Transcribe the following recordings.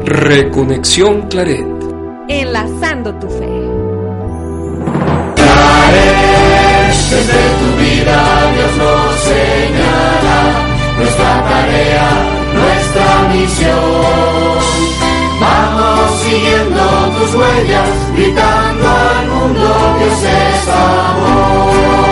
Reconexión Claret. Enlazando tu fe. Claret, desde tu vida Dios nos señala nuestra tarea, nuestra misión. Vamos siguiendo tus huellas, gritando al mundo Dios es amor.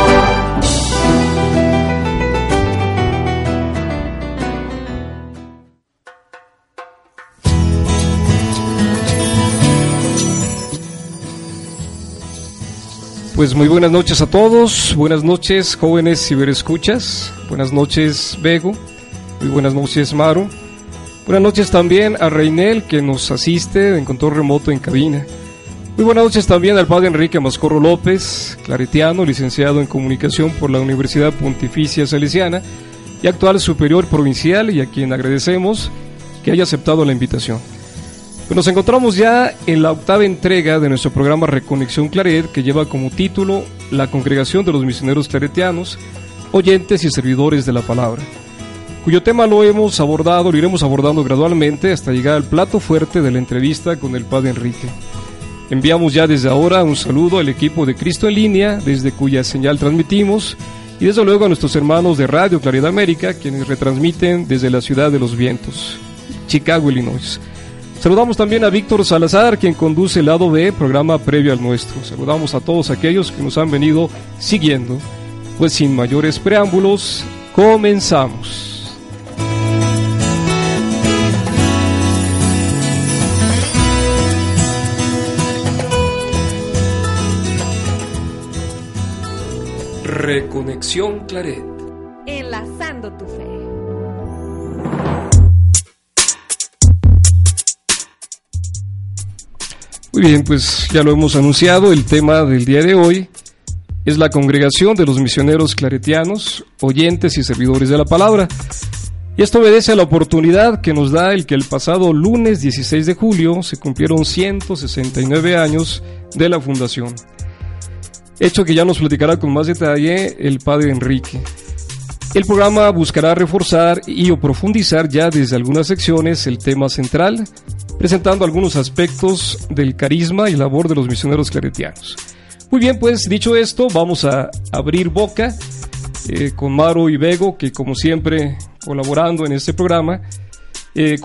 Pues muy buenas noches a todos, buenas noches jóvenes ciberescuchas, buenas noches Bego, muy buenas noches Maru, buenas noches también a Reinel que nos asiste en control remoto en cabina, muy buenas noches también al padre Enrique Mascorro López, claretiano, licenciado en comunicación por la Universidad Pontificia Salesiana y actual superior provincial, y a quien agradecemos que haya aceptado la invitación. Pues nos encontramos ya en la octava entrega de nuestro programa Reconexión Claret, que lleva como título La Congregación de los Misioneros Claretianos, oyentes y servidores de la palabra, cuyo tema lo iremos abordando gradualmente hasta llegar al plato fuerte de la entrevista con el padre Enrique. Enviamos ya desde ahora un saludo al equipo de Cristo en Línea, desde cuya señal transmitimos, y desde luego a nuestros hermanos de Radio Claridad América, quienes retransmiten desde la ciudad de los vientos, Chicago, Illinois. Saludamos también a Víctor Salazar, quien conduce el lado B, programa previo al nuestro. Saludamos a todos aquellos que nos han venido siguiendo. Pues sin mayores preámbulos, comenzamos. Reconexión Claret. Enlazando tu fe. Muy bien, pues ya lo hemos anunciado, el tema del día de hoy es la Congregación de los Misioneros Claretianos, oyentes y servidores de la palabra. Y esto obedece a la oportunidad que nos da el que el pasado lunes 16 de julio se cumplieron 169 años de la fundación. Hecho que ya nos platicará con más detalle el padre Enrique. El programa buscará reforzar y o profundizar ya desde algunas secciones el tema central, presentando algunos aspectos del carisma y labor de los misioneros claretianos. Muy bien, pues dicho esto, vamos a abrir boca con Maru y Bego, que como siempre colaborando en este programa. La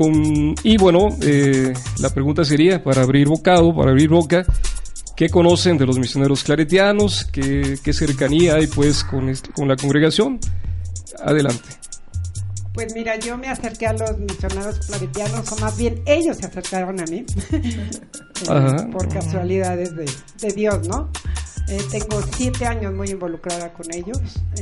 pregunta sería, para abrir boca, ¿qué conocen de los misioneros claretianos? ¿Qué cercanía hay pues con la congregación? Adelante. Pues mira, yo me acerqué a los misioneros claretianos, o más bien ellos se acercaron a mí, por casualidades de Dios, ¿no? Tengo 7 años muy involucrada con ellos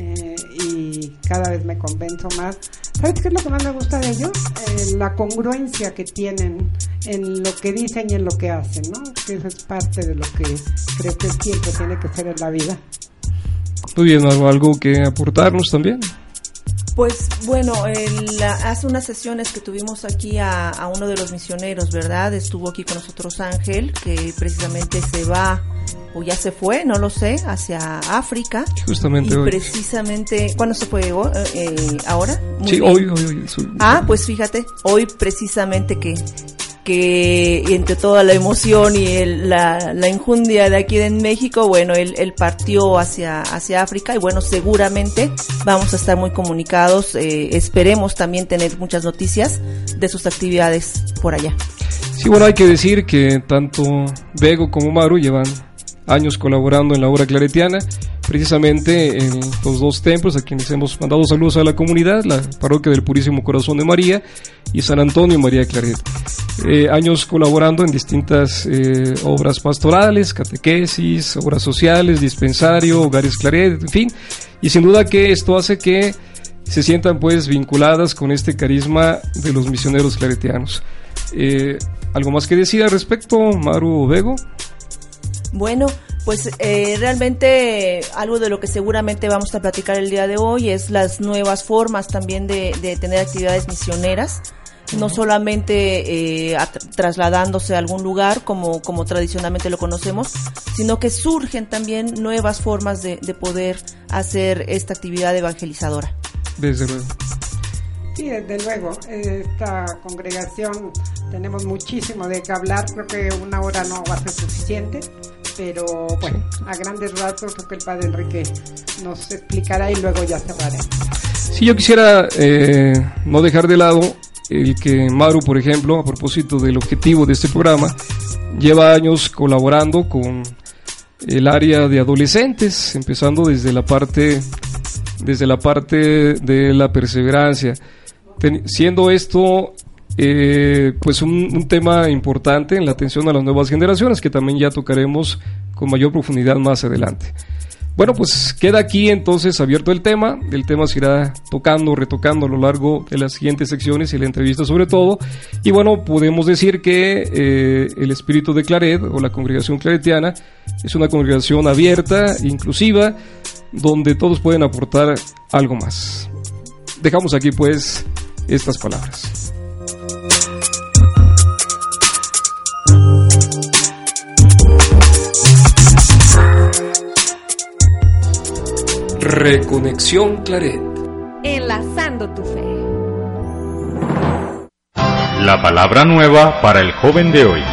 y cada vez me convenzo más. ¿Sabes qué es lo que más me gusta de ellos? La congruencia que tienen en lo que dicen y en lo que hacen, ¿no? Que eso es parte de lo que creo que siempre tiene que ser en la vida. Muy bien, ¿algo que aportarnos también? Pues bueno, hace unas sesiones que tuvimos aquí a uno de los misioneros, ¿verdad? Estuvo aquí con nosotros Ángel, que precisamente se va, o ya se fue, no lo sé, hacia África. Justamente y hoy. Precisamente, ¿cuándo se fue? ¿Ahora? Muy sí, bien. Hoy. Pues fíjate, hoy precisamente que entre toda la emoción y la injundia de aquí en México, bueno, él partió hacia África y bueno, seguramente vamos a estar muy comunicados, esperemos también tener muchas noticias de sus actividades por allá. Sí, bueno, hay que decir que tanto Bego como Maru llevan años colaborando en la obra claretiana, precisamente en los dos templos a quienes hemos mandado saludos a la comunidad, la Parroquia del Purísimo Corazón de María y San Antonio María Claret. Años colaborando en distintas obras pastorales, catequesis, obras sociales, dispensario, hogares Claret, en fin, y sin duda que esto hace que se sientan pues vinculadas con este carisma de los misioneros claretianos. ¿Algo más que decir al respecto, Maru o Bego? Bueno, pues realmente algo de lo que seguramente vamos a platicar el día de hoy es las nuevas formas también de tener actividades misioneras, no solamente trasladándose a algún lugar como tradicionalmente lo conocemos, sino que surgen también nuevas formas de poder hacer esta actividad evangelizadora. Desde luego. Sí, desde luego, esta congregación tenemos muchísimo de qué hablar, creo que una hora no va a ser suficiente, pero bueno, a grandes rasgos creo que el Padre Enrique nos explicará y luego ya cerraremos. Sí, yo quisiera no dejar de lado el que Maru, por ejemplo, a propósito del objetivo de este programa, lleva años colaborando con el área de adolescentes, empezando desde la parte de la perseverancia, siendo esto pues un tema importante en la atención a las nuevas generaciones, que también ya tocaremos con mayor profundidad más adelante. Bueno, pues queda aquí entonces abierto el tema se irá retocando a lo largo de las siguientes secciones y la entrevista sobre todo, y bueno, podemos decir que el espíritu de Claret o la congregación claretiana es una congregación abierta, inclusiva, donde todos pueden aportar algo más. Dejamos aquí pues estas palabras. Reconexión Claret. Enlazando tu fe. La palabra nueva para el joven de hoy.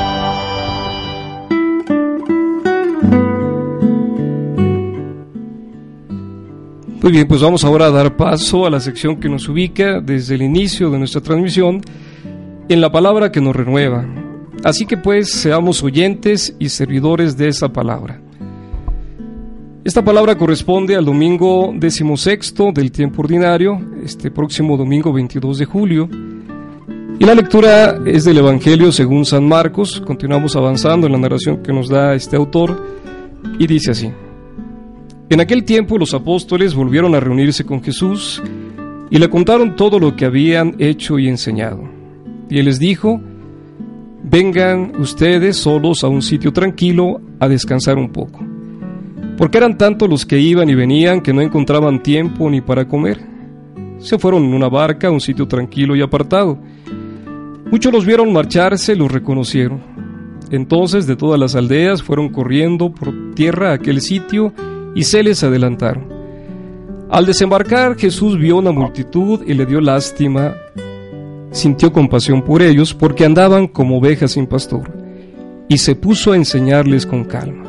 Muy bien, pues vamos ahora a dar paso a la sección que nos ubica desde el inicio de nuestra transmisión en la palabra que nos renueva. Así que pues seamos oyentes y servidores de esa palabra. Esta palabra corresponde al domingo 16 del tiempo ordinario, este próximo domingo 22 de julio. Y la lectura es del Evangelio según San Marcos. Continuamos avanzando en la narración que nos da este autor y dice así: En aquel tiempo los apóstoles volvieron a reunirse con Jesús y le contaron todo lo que habían hecho y enseñado. Y él les dijo: Vengan ustedes solos a un sitio tranquilo a descansar un poco. Porque eran tantos los que iban y venían que no encontraban tiempo ni para comer. Se fueron en una barca a un sitio tranquilo y apartado. Muchos los vieron marcharse y los reconocieron. Entonces de todas las aldeas fueron corriendo por tierra a aquel sitio y se les adelantaron. Al desembarcar, Jesús vio una multitud y le dio lástima. Sintió compasión por ellos porque andaban como ovejas sin pastor, y se puso a enseñarles con calma.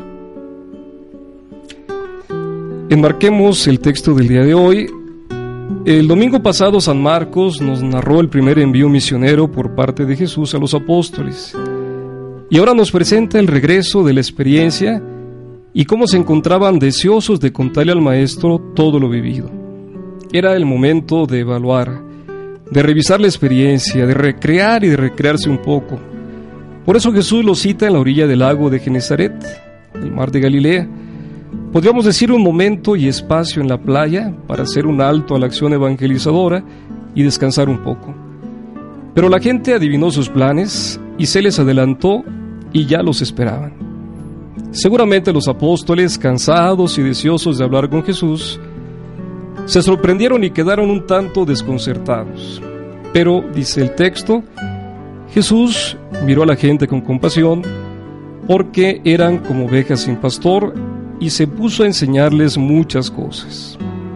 Enmarquemos el texto del día de hoy. El domingo pasado San Marcos nos narró el primer envío misionero por parte de Jesús a los apóstoles, y ahora nos presenta el regreso de la experiencia y cómo se encontraban deseosos de contarle al Maestro todo lo vivido. Era el momento de evaluar, de revisar la experiencia, de recrear y de recrearse un poco. Por eso Jesús los cita en la orilla del lago de Genezaret, el mar de Galilea. Podríamos decir un momento y espacio en la playa para hacer un alto a la acción evangelizadora y descansar un poco. Pero la gente adivinó sus planes y se les adelantó y ya los esperaban. Seguramente los apóstoles, cansados y deseosos de hablar con Jesús, se sorprendieron y quedaron un tanto desconcertados. Pero, dice el texto, Jesús miró a la gente con compasión porque eran como ovejas sin pastor y se puso a enseñarles muchas cosas.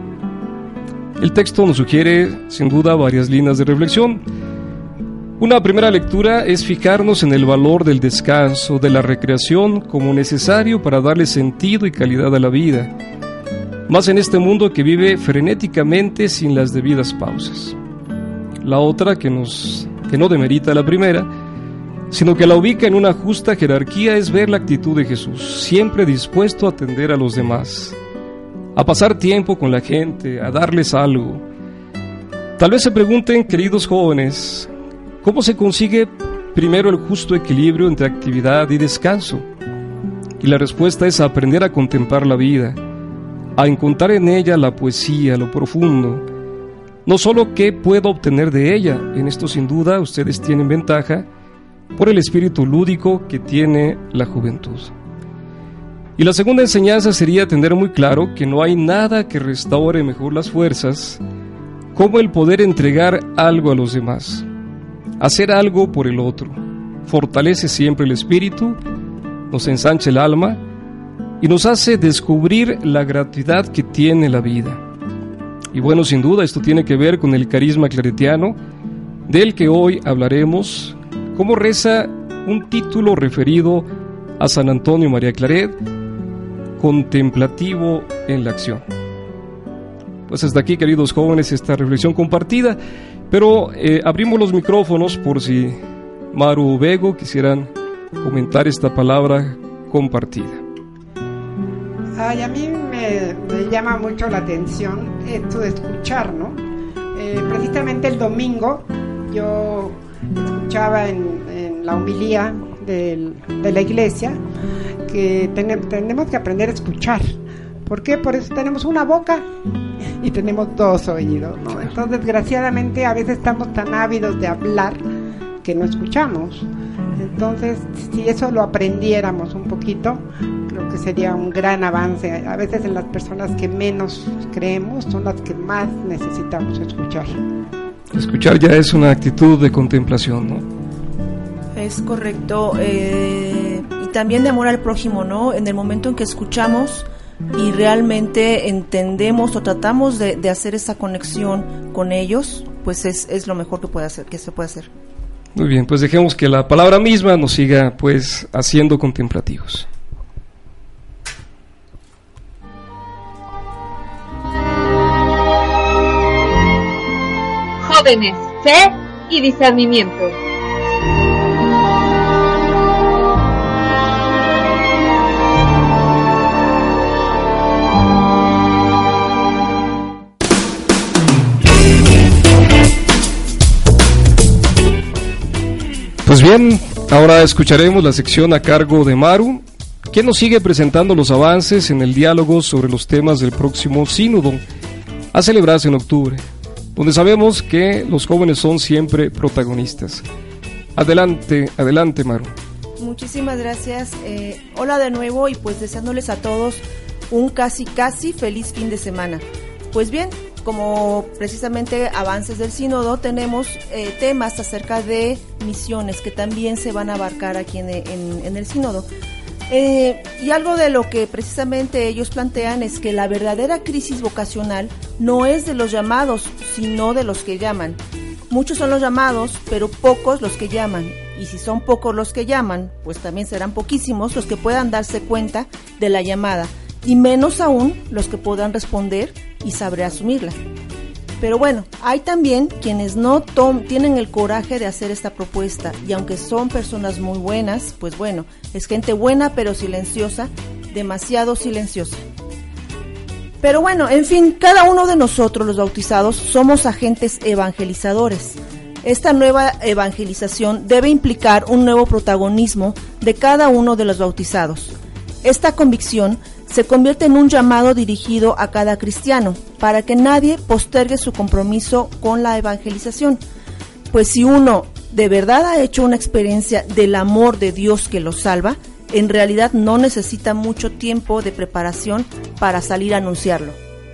El texto nos sugiere, sin duda, varias líneas de reflexión. Una primera lectura es fijarnos en el valor del descanso, de la recreación, como necesario para darle sentido y calidad a la vida, más en este mundo que vive frenéticamente sin las debidas pausas. La otra, que no demerita la primera, sino que la ubica en una justa jerarquía, es ver la actitud de Jesús, siempre dispuesto a atender a los demás, a pasar tiempo con la gente, a darles algo. Tal vez se pregunten, queridos jóvenes, ¿cómo se consigue primero el justo equilibrio entre actividad y descanso? Y la respuesta es aprender a contemplar la vida, a encontrar en ella la poesía, lo profundo. No solo qué puedo obtener de ella, en esto sin duda ustedes tienen ventaja, por el espíritu lúdico que tiene la juventud. Y la segunda enseñanza sería tener muy claro que no hay nada que restaure mejor las fuerzas como el poder entregar algo a los demás. Hacer algo por el otro fortalece siempre el espíritu, nos ensancha el alma y nos hace descubrir la gratuidad que tiene la vida. Y bueno, sin duda esto tiene que ver con el carisma claretiano, del que hoy hablaremos, como reza un título referido a San Antonio María Claret, contemplativo en la acción. Pues hasta aquí, queridos jóvenes, esta reflexión compartida, pero abrimos los micrófonos por si Maru o Bego quisieran comentar esta palabra compartida. Ay, a mí me llama mucho la atención esto de escuchar, ¿no? Precisamente el domingo yo escuchaba en la homilía de la iglesia que tenemos que aprender a escuchar. ¿Por qué? Por eso tenemos una boca y tenemos dos oídos, ¿no? Entonces, desgraciadamente, a veces estamos tan ávidos de hablar que no escuchamos. Entonces, si eso lo aprendiéramos un poquito, creo que sería un gran avance. A veces en las personas que menos creemos son las que más necesitamos escuchar. Escuchar ya es una actitud de contemplación, ¿no? Es correcto. Y también de amor al prójimo, ¿no? En el momento en que escuchamos y realmente entendemos o tratamos de hacer esa conexión con ellos, pues es lo mejor que se puede hacer. Muy bien, pues dejemos que la palabra misma nos siga pues haciendo contemplativos. Jóvenes, fe y discernimiento. Pues bien, ahora escucharemos la sección a cargo de Maru, quien nos sigue presentando los avances en el diálogo sobre los temas del próximo sínodo, a celebrarse en octubre, donde sabemos que los jóvenes son siempre protagonistas. Adelante, Maru. Muchísimas gracias. Hola de nuevo y pues deseándoles a todos un casi feliz fin de semana. Pues bien, como precisamente avances del sínodo, tenemos temas acerca de misiones que también se van a abarcar aquí en el sínodo. Y algo de lo que precisamente ellos plantean es que la verdadera crisis vocacional no es de los llamados, sino de los que llaman. Muchos son los llamados, pero pocos los que llaman. Y si son pocos los que llaman, pues también serán poquísimos los que puedan darse cuenta de la llamada, y menos aún los que puedan responder y saber asumirla. Pero bueno, hay también quienes no tienen el coraje de hacer esta propuesta, y aunque son personas muy buenas, pues bueno, es gente buena pero silenciosa, demasiado silenciosa. Pero bueno, en fin, cada uno de nosotros los bautizados somos agentes evangelizadores. Esta nueva evangelización debe implicar un nuevo protagonismo de cada uno de los bautizados. Esta convicción se convierte en un llamado dirigido a cada cristiano, para que nadie postergue su compromiso con la evangelización. Pues si uno de verdad ha hecho una experiencia del amor de Dios que lo salva, en realidad no necesita mucho tiempo de preparación para salir a anunciarlo.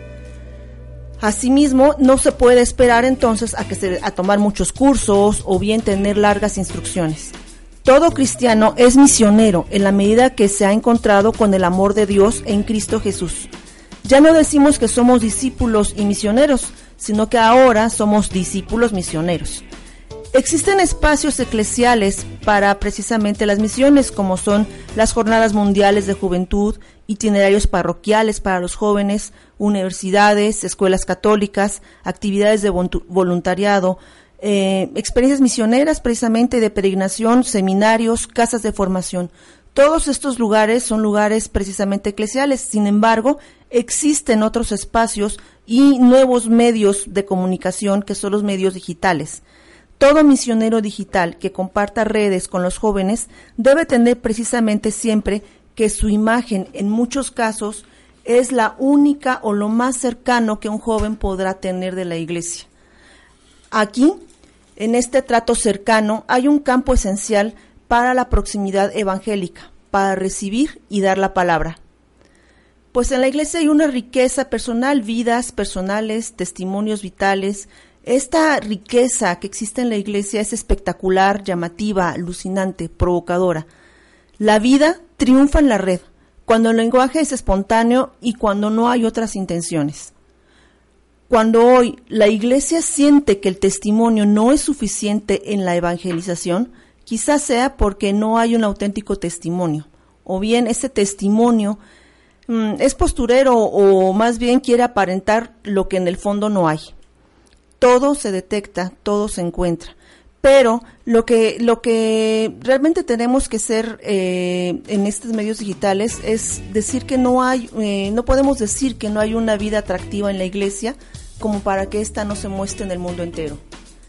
Asimismo, no se puede esperar entonces a tomar muchos cursos o bien tener largas instrucciones. Todo cristiano es misionero en la medida que se ha encontrado con el amor de Dios en Cristo Jesús. Ya no decimos que somos discípulos y misioneros, sino que ahora somos discípulos misioneros. Existen espacios eclesiales para precisamente las misiones, como son las jornadas mundiales de juventud, itinerarios parroquiales para los jóvenes, universidades, escuelas católicas, actividades de voluntariado, experiencias misioneras precisamente de peregrinación, seminarios, casas de formación. Todos estos lugares son lugares precisamente eclesiales. Sin embargo, existen otros espacios y nuevos medios de comunicación que son los medios digitales. Todo misionero digital que comparta redes con los jóvenes debe tener precisamente siempre que su imagen, en muchos casos, es la única o lo más cercano que un joven podrá tener de la iglesia. Aquí, en este trato cercano, hay un campo esencial para la proximidad evangélica, para recibir y dar la palabra. Pues en la iglesia hay una riqueza personal, vidas personales, testimonios vitales. Esta riqueza que existe en la iglesia es espectacular, llamativa, alucinante, provocadora. La vida triunfa en la red, cuando el lenguaje es espontáneo y cuando no hay otras intenciones. cuando hoy la Iglesia siente que el testimonio no es suficiente en la evangelización, quizás sea porque no hay un auténtico testimonio, o bien ese testimonio es posturero o más bien quiere aparentar lo que en el fondo no hay. Todo se detecta, todo se encuentra. Pero lo que realmente tenemos que hacer en estos medios digitales es decir que no podemos decir que no hay una vida atractiva en la iglesia como para que ésta no se muestre en el mundo entero.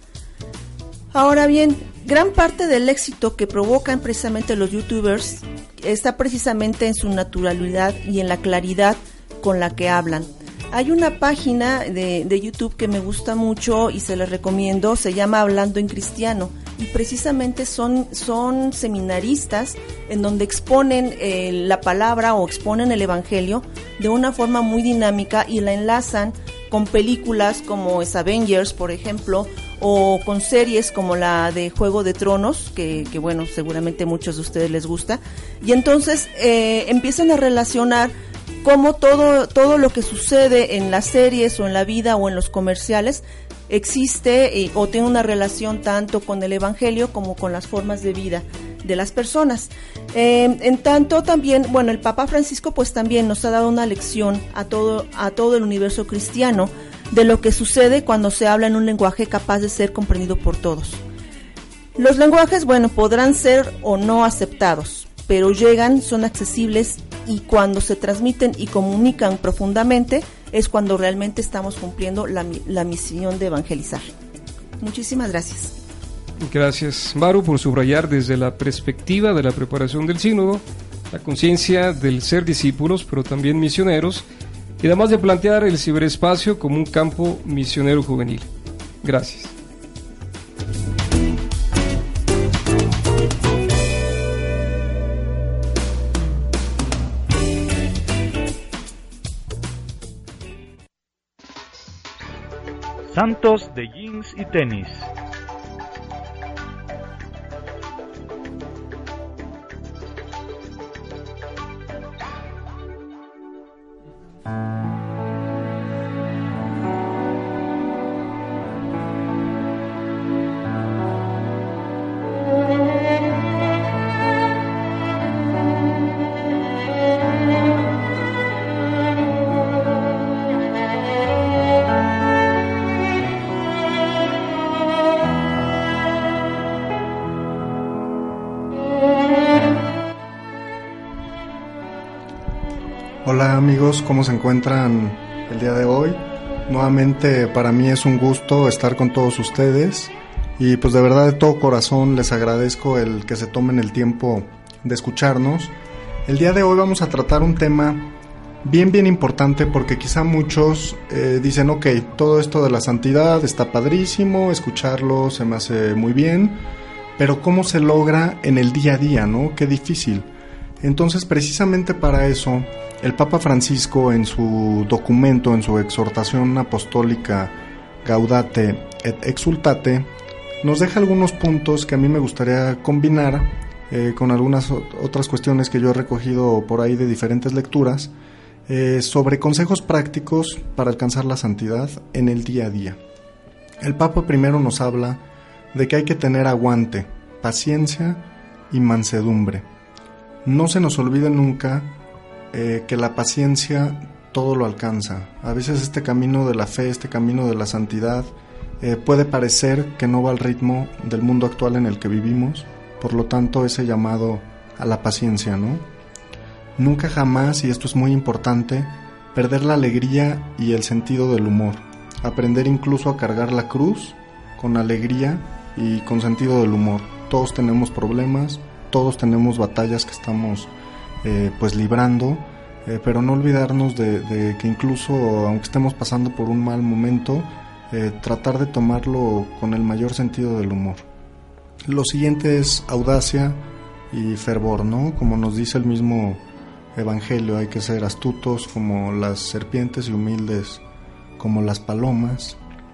Ahora bien, gran parte del éxito que provocan precisamente los youtubers está precisamente en su naturalidad y en la claridad con la que hablan. Hay una página de YouTube que me gusta mucho y se la recomiendo, se llama Hablando en Cristiano, y precisamente son seminaristas en donde exponen la palabra o exponen el evangelio de una forma muy dinámica y la enlazan con películas como Avengers, por ejemplo, o con series como la de Juego de Tronos, que bueno, seguramente a muchos de ustedes les gusta, y entonces empiezan a relacionar cómo todo lo que sucede en las series o en la vida o en los comerciales existe o tiene una relación tanto con el evangelio como con las formas de vida de las personas. En tanto también, bueno, el Papa Francisco pues también nos ha dado una lección a todo el universo cristiano de lo que sucede cuando se habla en un lenguaje capaz de ser comprendido por todos. Los lenguajes, bueno, podrán ser o no aceptados, pero llegan, son accesibles, y cuando se transmiten y comunican profundamente es cuando realmente estamos cumpliendo la misión de evangelizar. Muchísimas gracias. Gracias, Maru, por subrayar desde la perspectiva de la preparación del sínodo, la conciencia del ser discípulos, pero también misioneros, y además de plantear el ciberespacio como un campo misionero juvenil. Gracias. Santos de jeans y tenis. Hola amigos, ¿cómo se encuentran el día de hoy? Nuevamente para mí es un gusto estar con todos ustedes y pues de verdad de todo corazón les agradezco el que se tomen el tiempo de escucharnos. El día de hoy vamos a tratar un tema bien importante porque quizá muchos dicen ok, todo esto de la santidad está padrísimo, escucharlo se me hace muy bien, pero ¿cómo se logra en el día a día, no? Qué difícil. Entonces precisamente para eso el Papa Francisco en su documento, en su exhortación apostólica Gaudate et Exsultate, nos deja algunos puntos que a mí me gustaría combinar con algunas otras cuestiones que yo he recogido por ahí de diferentes lecturas sobre consejos prácticos para alcanzar la santidad en el día a día. El Papa primero nos habla de que hay que tener aguante, paciencia y mansedumbre. No se nos olvide nunca que la paciencia todo lo alcanza. A veces este camino de la fe, este camino de la santidad puede parecer que no va al ritmo del mundo actual en el que vivimos, por lo tanto ese llamado a la paciencia, ¿no? Nunca jamás, y esto es muy importante, perder la alegría y el sentido del humor. Aprender incluso a cargar la cruz con alegría y con sentido del humor. Todos tenemos problemas, todos tenemos batallas que estamos pues librando, pero no olvidarnos de que incluso aunque estemos pasando por un mal momento, tratar de tomarlo con el mayor sentido del humor. Lo siguiente es audacia y fervor, ¿no? Como nos dice el mismo Evangelio, hay que ser astutos como las serpientes y humildes como las palomas.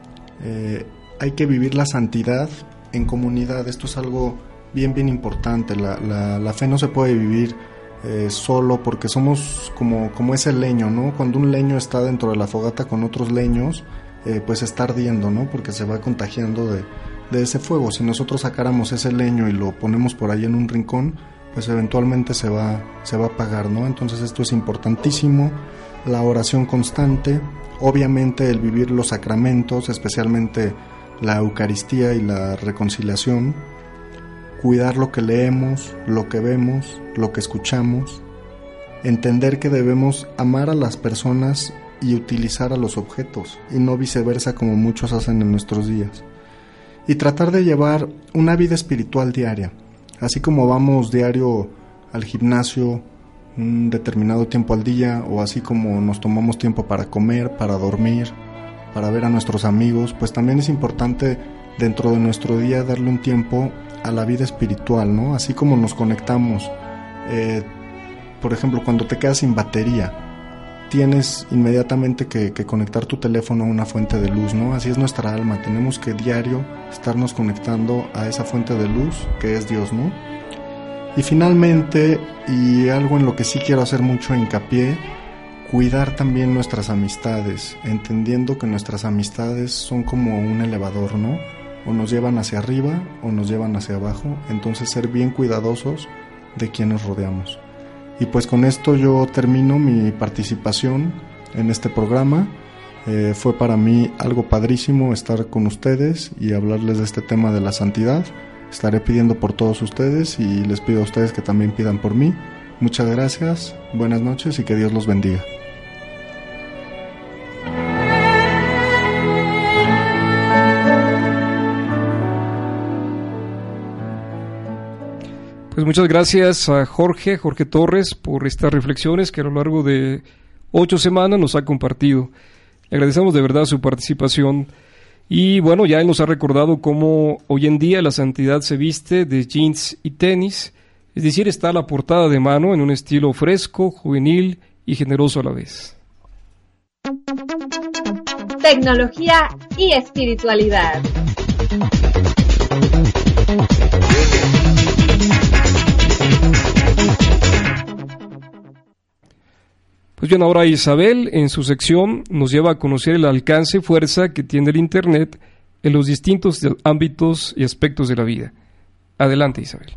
Hay que vivir la santidad en comunidad. Esto es algo bien importante. La fe no se puede vivir solo, porque somos como ese leño, ¿no? Cuando un leño está dentro de la fogata con otros leños, pues está ardiendo, ¿no? Porque se va contagiando de ese fuego. Si nosotros sacáramos ese leño y lo ponemos por ahí en un rincón, pues eventualmente se va a apagar, ¿no? Entonces esto es importantísimo, la oración constante, obviamente el vivir los sacramentos, especialmente la Eucaristía y la reconciliación, cuidar lo que leemos, lo que vemos, lo que escuchamos, entender que debemos amar a las personas y utilizar a los objetos, y no viceversa como muchos hacen en nuestros días, y tratar de llevar una vida espiritual diaria. Así como vamos diario al gimnasio un determinado tiempo al día, o así como nos tomamos tiempo para comer, para dormir, para ver a nuestros amigos, pues también es importante dentro de nuestro día darle un tiempo a la vida espiritual, ¿no? Así como nos conectamos, por ejemplo, cuando te quedas sin batería, tienes inmediatamente que conectar tu teléfono a una fuente de luz, ¿no? Así es nuestra alma, tenemos que diario estarnos conectando a esa fuente de luz que es Dios, ¿no? Y finalmente, y algo en lo que sí quiero hacer mucho hincapié, cuidar también nuestras amistades, entendiendo que nuestras amistades son como un elevador, ¿no? O nos llevan hacia arriba o nos llevan hacia abajo, entonces ser bien cuidadosos de quienes rodeamos. Y pues con esto yo termino mi participación en este programa. Fue para mí algo padrísimo estar con ustedes y hablarles de este tema de la santidad. Estaré pidiendo por todos ustedes y les pido a ustedes que también pidan por mí. Muchas gracias, buenas noches y que Dios los bendiga. Pues muchas gracias a Jorge Torres por estas reflexiones que a lo largo de 8 semanas nos ha compartido. Le agradecemos de verdad su participación y bueno, ya él nos ha recordado cómo hoy en día la santidad se viste de jeans y tenis, es decir, está a la portada de mano en un estilo fresco, juvenil y generoso a la vez. Tecnología y espiritualidad. Pues bien, ahora Isabel, en su sección, nos lleva a conocer el alcance y fuerza que tiene el Internet en los distintos ámbitos y aspectos de la vida. Adelante, Isabel.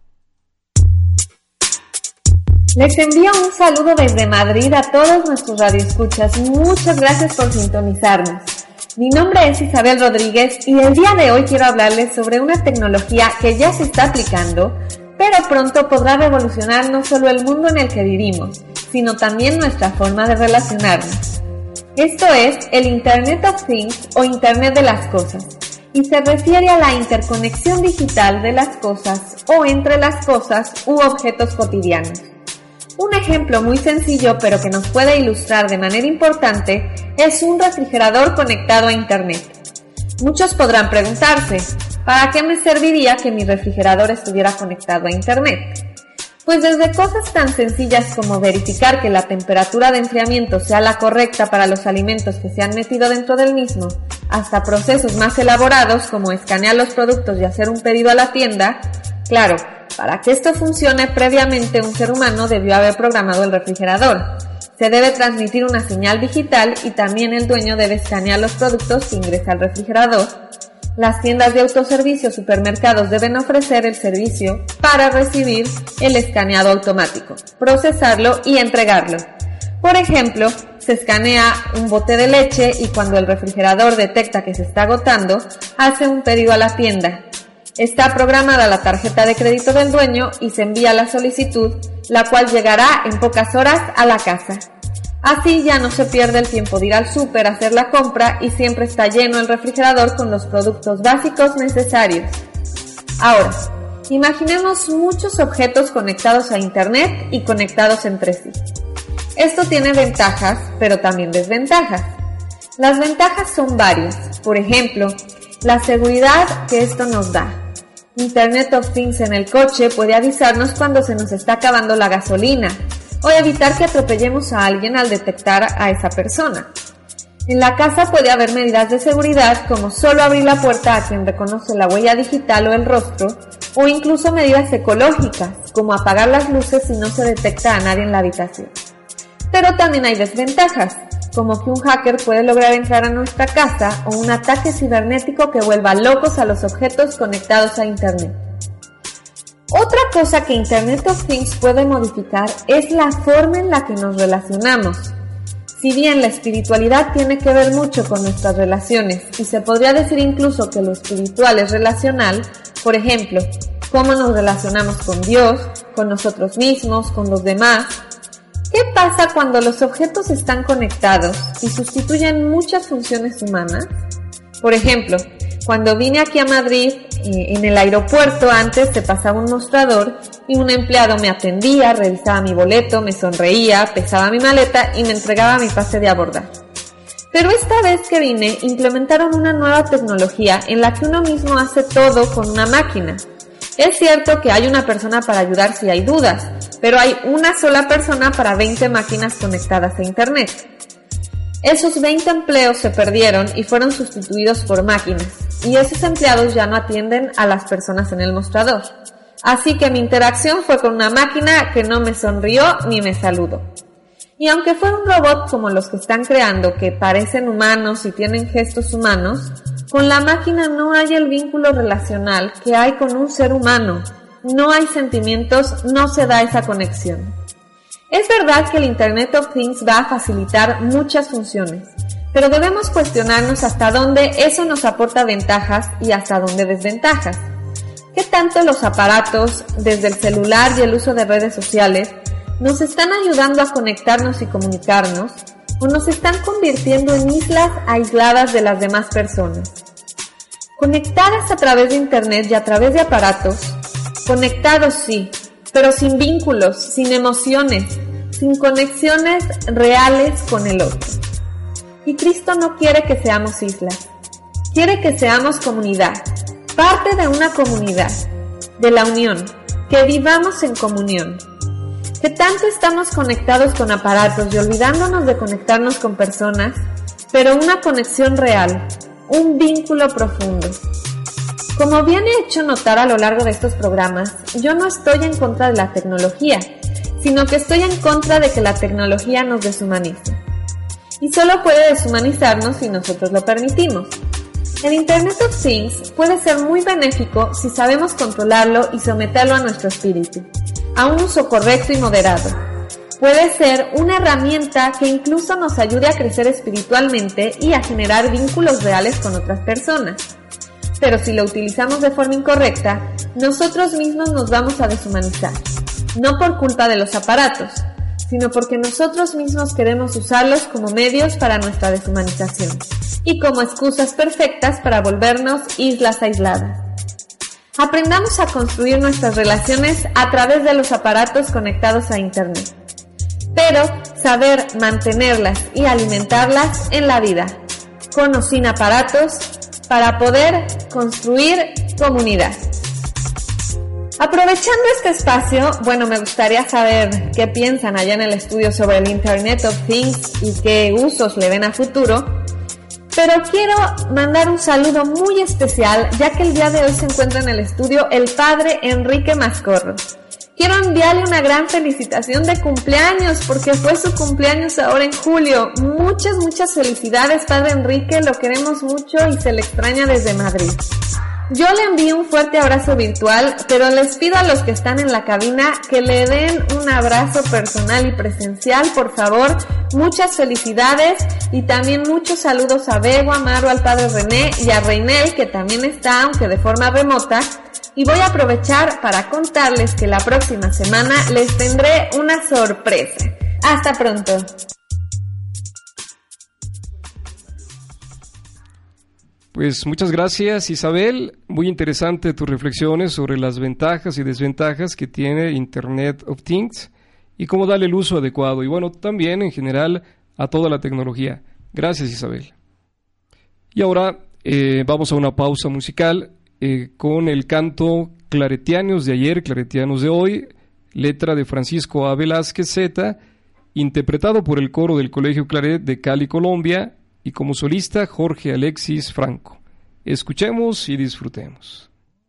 Les envío un saludo desde Madrid a todos nuestros radioescuchas. Muchas gracias por sintonizarnos. Mi nombre es Isabel Rodríguez y el día de hoy quiero hablarles sobre una tecnología que ya se está aplicando, pero pronto podrá revolucionar no solo el mundo en el que vivimos, sino también nuestra forma de relacionarnos. Esto es el Internet of Things o Internet de las Cosas, y se refiere a la interconexión digital de las cosas o entre las cosas u objetos cotidianos. Un ejemplo muy sencillo pero que nos puede ilustrar de manera importante es un refrigerador conectado a Internet. Muchos podrán preguntarse, ¿para qué me serviría que mi refrigerador estuviera conectado a Internet? Pues desde cosas tan sencillas como verificar que la temperatura de enfriamiento sea la correcta para los alimentos que se han metido dentro del mismo, hasta procesos más elaborados como escanear los productos y hacer un pedido a la tienda. Claro, para que esto funcione previamente un ser humano debió haber programado el refrigerador. Se debe transmitir una señal digital y también el dueño debe escanear los productos que ingresa al refrigerador. Las tiendas de autoservicio o supermercados deben ofrecer el servicio para recibir el escaneado automático, procesarlo y entregarlo. Por ejemplo, se escanea un bote de leche y cuando el refrigerador detecta que se está agotando, hace un pedido a la tienda. Está programada la tarjeta de crédito del dueño y se envía la solicitud, la cual llegará en pocas horas a la casa. Así ya no se pierde el tiempo de ir al súper a hacer la compra y siempre está lleno el refrigerador con los productos básicos necesarios. Ahora, imaginemos muchos objetos conectados a Internet y conectados entre sí. Esto tiene ventajas, pero también desventajas. Las ventajas son varias. Por ejemplo, la seguridad que esto nos da. Internet of Things en el coche puede avisarnos cuando se nos está acabando la gasolina, o evitar que atropellemos a alguien al detectar a esa persona. En la casa puede haber medidas de seguridad como solo abrir la puerta a quien reconoce la huella digital o el rostro, o incluso medidas ecológicas como apagar las luces si no se detecta a nadie en la habitación. Pero también hay desventajas. como que un hacker puede lograr entrar a nuestra casa o un ataque cibernético que vuelva locos a los objetos conectados a Internet. Otra cosa que Internet of Things puede modificar es la forma en la que nos relacionamos. Si bien la espiritualidad tiene que ver mucho con nuestras relaciones y se podría decir incluso que lo espiritual es relacional, por ejemplo, cómo nos relacionamos con Dios, con nosotros mismos, con los demás. ¿Qué pasa cuando los objetos están conectados y sustituyen muchas funciones humanas? Por ejemplo, cuando vine aquí a Madrid, en el aeropuerto antes se pasaba un mostrador y un empleado me atendía, revisaba mi boleto, me sonreía, pesaba mi maleta y me entregaba mi pase de abordar. Pero esta vez que vine, implementaron una nueva tecnología en la que uno mismo hace todo con una máquina. Es cierto que hay una persona para ayudar si hay dudas, pero hay una sola persona para 20 máquinas conectadas a Internet. Esos 20 empleos se perdieron y fueron sustituidos por máquinas, y esos empleados ya no atienden a las personas en el mostrador. Así que mi interacción fue con una máquina que no me sonrió ni me saludó. Y aunque fue un robot como los que están creando, que parecen humanos y tienen gestos humanos, con la máquina no hay el vínculo relacional que hay con un ser humano. No hay sentimientos, no se da esa conexión. Es verdad que el Internet of Things va a facilitar muchas funciones, pero debemos cuestionarnos hasta dónde eso nos aporta ventajas y hasta dónde desventajas. ¿Qué tanto los aparatos, desde el celular y el uso de redes sociales, nos están ayudando a conectarnos y comunicarnos, o nos están convirtiendo en islas aisladas de las demás personas? Conectadas a través de Internet y a través de aparatos, conectados sí, pero sin vínculos, sin emociones, sin conexiones reales con el otro. Y Cristo no quiere que seamos islas, quiere que seamos comunidad, parte de una comunidad, de la unión, que vivamos en comunión. Que tanto estamos conectados con aparatos y olvidándonos de conectarnos con personas, pero una conexión real, un vínculo profundo. Como bien he hecho notar a lo largo de estos programas, yo no estoy en contra de la tecnología, sino que estoy en contra de que la tecnología nos deshumanice. Y solo puede deshumanizarnos si nosotros lo permitimos. El Internet of Things puede ser muy benéfico si sabemos controlarlo y someterlo a nuestro espíritu, a un uso correcto y moderado. Puede ser una herramienta que incluso nos ayude a crecer espiritualmente y a generar vínculos reales con otras personas. Pero si lo utilizamos de forma incorrecta, nosotros mismos nos vamos a deshumanizar, no por culpa de los aparatos, sino porque nosotros mismos queremos usarlos como medios para nuestra deshumanización y como excusas perfectas para volvernos islas aisladas. Aprendamos a construir nuestras relaciones a través de los aparatos conectados a Internet, pero saber mantenerlas y alimentarlas en la vida, con o sin aparatos, para poder construir comunidad. Aprovechando este espacio, me gustaría saber qué piensan allá en el estudio sobre el Internet of Things y qué usos le ven a futuro. Pero quiero mandar un saludo muy especial, ya que el día de hoy se encuentra en el estudio el padre Enrique Mascorro. Quiero enviarle una gran felicitación de cumpleaños, porque fue su cumpleaños ahora en julio. Muchas felicidades, padre Enrique, lo queremos mucho y se le extraña desde Madrid. Yo le envío un fuerte abrazo virtual, pero les pido a los que están en la cabina que le den un abrazo personal y presencial, por favor. Muchas felicidades y también muchos saludos a Bego, a Maru, al padre René y a Reinel, que también está, aunque de forma remota. Y voy a aprovechar para contarles que la próxima semana les tendré una sorpresa. Hasta pronto. Pues muchas gracias, Isabel. Muy interesante tus reflexiones sobre las ventajas y desventajas que tiene Internet of Things y cómo darle el uso adecuado. Y también en general a toda la tecnología. Gracias, Isabel. Y ahora vamos a una pausa musical con el canto Claretianos de ayer, Claretianos de hoy, letra de Francisco A. Velázquez Zeta, interpretado por el coro del Colegio Claret de Cali, Colombia, y como solista Jorge Alexis Franco. Escuchemos y disfrutemos.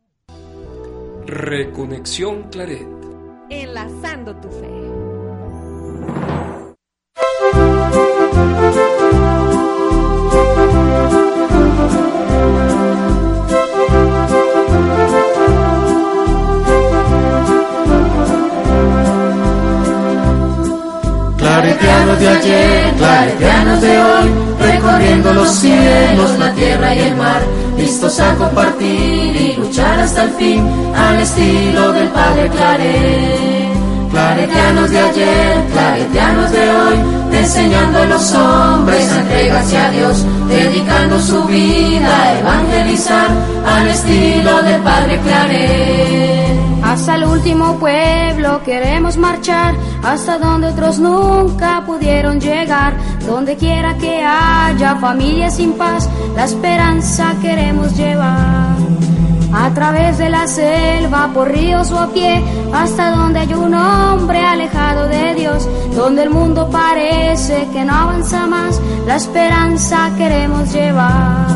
Reconexión Claret. Enlazando tu fe. Claretianos de ayer, claretianos de hoy, recorriendo los cielos, la tierra y el mar, listos a compartir y luchar hasta el fin, al estilo del Padre Claret. Claretianos de ayer, claretianos de hoy, enseñando a los hombres a entregarse a Dios, dedicando su vida a evangelizar, al estilo del Padre Claret. Hasta el último pueblo queremos marchar, hasta donde otros nunca pudieron llegar. Donde quiera que haya familia sin paz, la esperanza queremos llevar. A través de la selva, por ríos o a pie, hasta donde hay un hombre alejado de Dios, donde el mundo parece que no avanza más, la esperanza queremos llevar.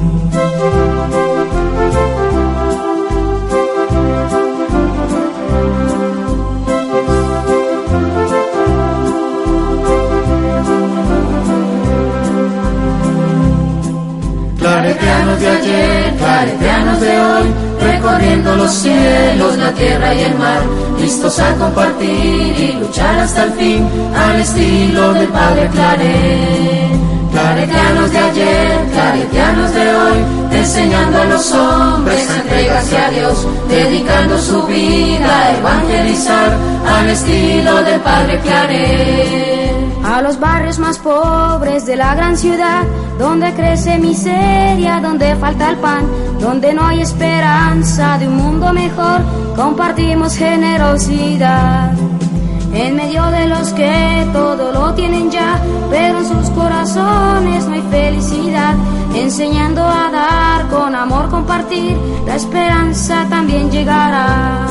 Claretianos de ayer, claretianos de hoy, recorriendo los cielos, la tierra y el mar, listos a compartir y luchar hasta el fin, al estilo del Padre Claret. Claretianos de ayer, claretianos de hoy, enseñando a los hombres a entregarse a Dios, dedicando su vida a evangelizar, al estilo del Padre Claret. A los barrios más pobres de la gran ciudad, donde crece miseria, donde falta el pan, donde no hay esperanza de un mundo mejor, compartimos generosidad. En medio de los que todo lo tienen ya, pero en sus corazones no hay felicidad, enseñando a dar, con amor compartir, la esperanza también llegará.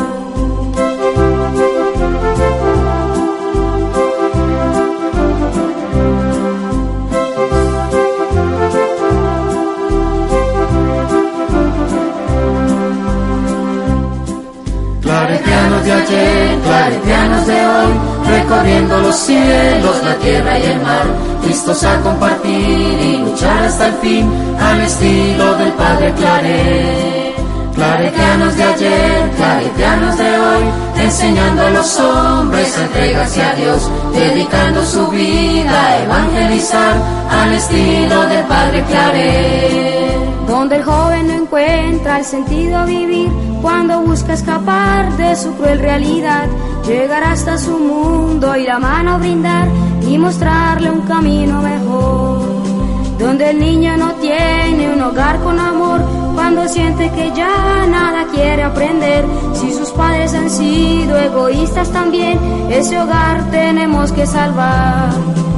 Claretianos de ayer, claretianos de hoy, recorriendo los cielos, la tierra y el mar, listos a compartir y luchar hasta el fin, al estilo del Padre Claret. Claretianos de ayer, claretianos de hoy, enseñando a los hombres a entregarse a Dios, dedicando su vida a evangelizar, al estilo del Padre Claret. Donde el joven no encuentra el sentido vivir, cuando busca escapar de su cruel realidad, llegar hasta su mundo y la mano brindar y mostrarle un camino mejor. Donde el niño no tiene un hogar con amor, cuando siente que ya nada quiere aprender, si sus padres han sido egoístas también, ese hogar tenemos que salvar.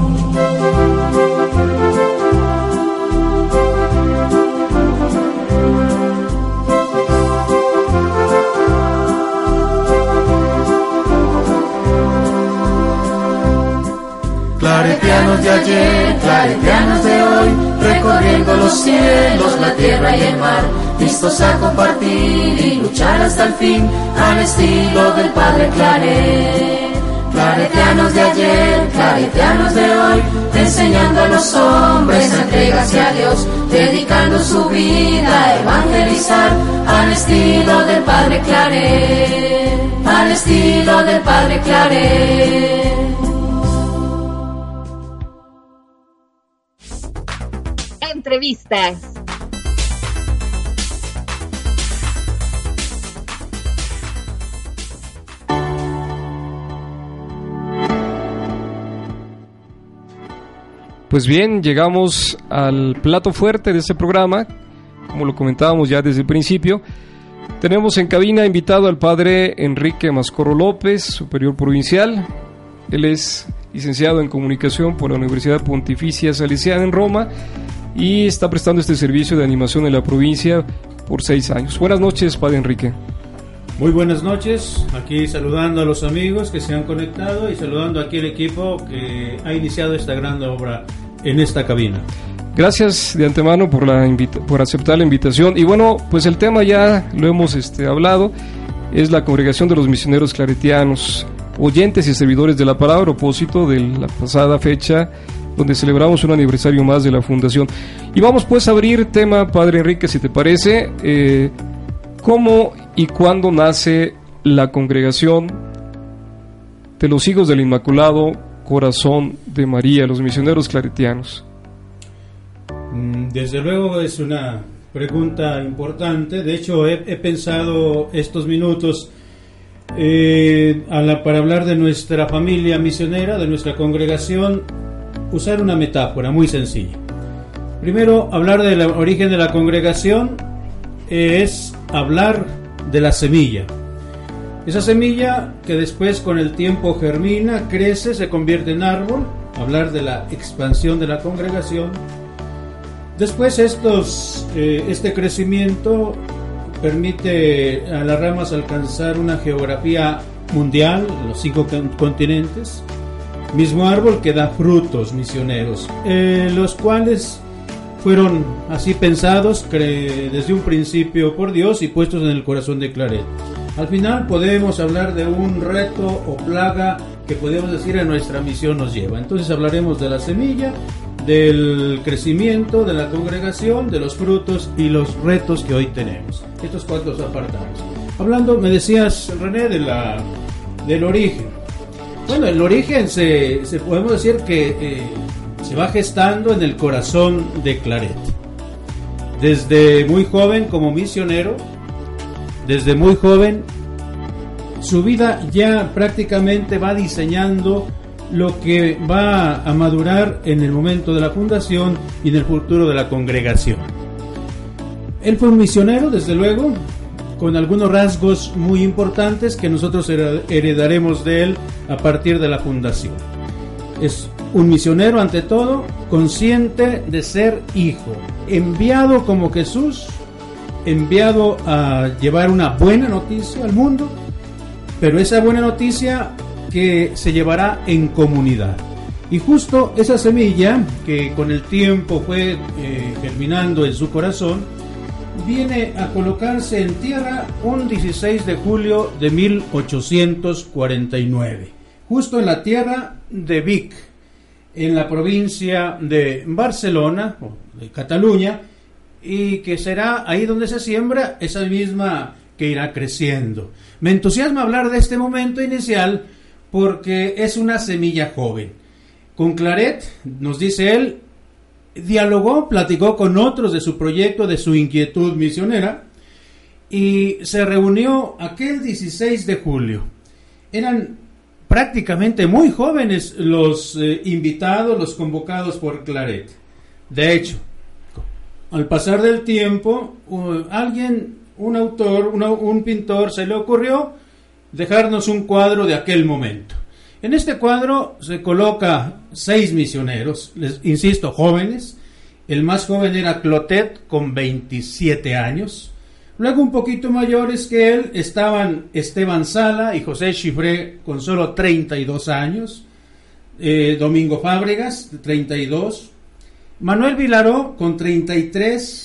Claretianos de ayer, claretianos de hoy, recorriendo los cielos, la tierra y el mar, listos a compartir y luchar hasta el fin, al estilo del Padre Claret. Claretianos de ayer, claretianos de hoy, enseñando a los hombres a entregarse a Dios, dedicando su vida a evangelizar, al estilo del Padre Claret, al estilo del Padre Claret. Entrevistas. Pues bien, llegamos al plato fuerte de este programa, como lo comentábamos ya desde el principio. Tenemos en cabina invitado al padre Enrique Mascorro López, superior provincial. Él es licenciado en Comunicación por la Universidad Pontificia Salesiana en Roma y está prestando este servicio de animación en la provincia por 6 años. Buenas noches, padre Enrique. Muy buenas noches, aquí saludando a los amigos que se han conectado y saludando aquí al equipo que ha iniciado esta gran obra en esta cabina. Gracias de antemano por aceptar la invitación. Y bueno, pues el tema ya lo hemos hablado, es la Congregación de los Misioneros Claretianos, oyentes y servidores de la palabra, a propósito de la pasada fecha donde celebramos un aniversario más de la fundación. Y vamos pues a abrir tema, padre Enrique, si te parece, ¿cómo y cuándo nace la Congregación de los Hijos del Inmaculado corazón de María, los misioneros claretianos? Desde luego es una pregunta importante. De hecho, he pensado estos minutos para hablar de nuestra familia misionera, de nuestra congregación, usar una metáfora muy sencilla. Primero, hablar del origen de la congregación es hablar de la semilla. Esa semilla que después con el tiempo germina, crece, se convierte en árbol. Hablar de la expansión de la congregación. Después este crecimiento permite a las ramas alcanzar una geografía mundial, los 5 continentes, mismo árbol que da frutos misioneros, los cuales fueron así pensados desde un principio por Dios y puestos en el corazón de Claret. Al final podemos hablar de un reto o plaga que podemos decir a nuestra misión nos lleva. Entonces hablaremos de la semilla, del crecimiento de la congregación, de los frutos y los retos que hoy tenemos. Estos 4 apartados. Hablando, me decías, René, del origen. Bueno, el origen se podemos decir que se va gestando en el corazón de Claret. Desde muy joven como misionero, desde muy joven, su vida ya prácticamente va diseñando lo que va a madurar en el momento de la fundación y en el futuro de la congregación. Él fue un misionero, desde luego, con algunos rasgos muy importantes que nosotros heredaremos de él a partir de la fundación. Es un misionero ante todo, consciente de ser hijo, enviado como Jesús, enviado a llevar una buena noticia al mundo, pero esa buena noticia que se llevará en comunidad. Y justo esa semilla que con el tiempo fue germinando en su corazón, viene a colocarse en tierra un 16 de julio de 1849, justo en la tierra de Vic, en la provincia de Barcelona, o de Cataluña, y que será ahí donde se siembra esa misma que irá creciendo. Me entusiasma hablar de este momento inicial porque es una semilla joven. Con Claret, nos dice él, dialogó, platicó con otros de su proyecto, de su inquietud misionera, y se reunió aquel 16 de julio. Eran prácticamente muy jóvenes los invitados, los convocados por Claret. De hecho, al pasar del tiempo, un autor, un pintor, se le ocurrió dejarnos un cuadro de aquel momento. En este cuadro se coloca 6 misioneros, les insisto, jóvenes. El más joven era Clotet, con 27 años. Luego, un poquito mayores que él, estaban Esteban Sala y José Chifré, con solo 32 años. Domingo Fábregas, 32. Manuel Vilaró, con 33.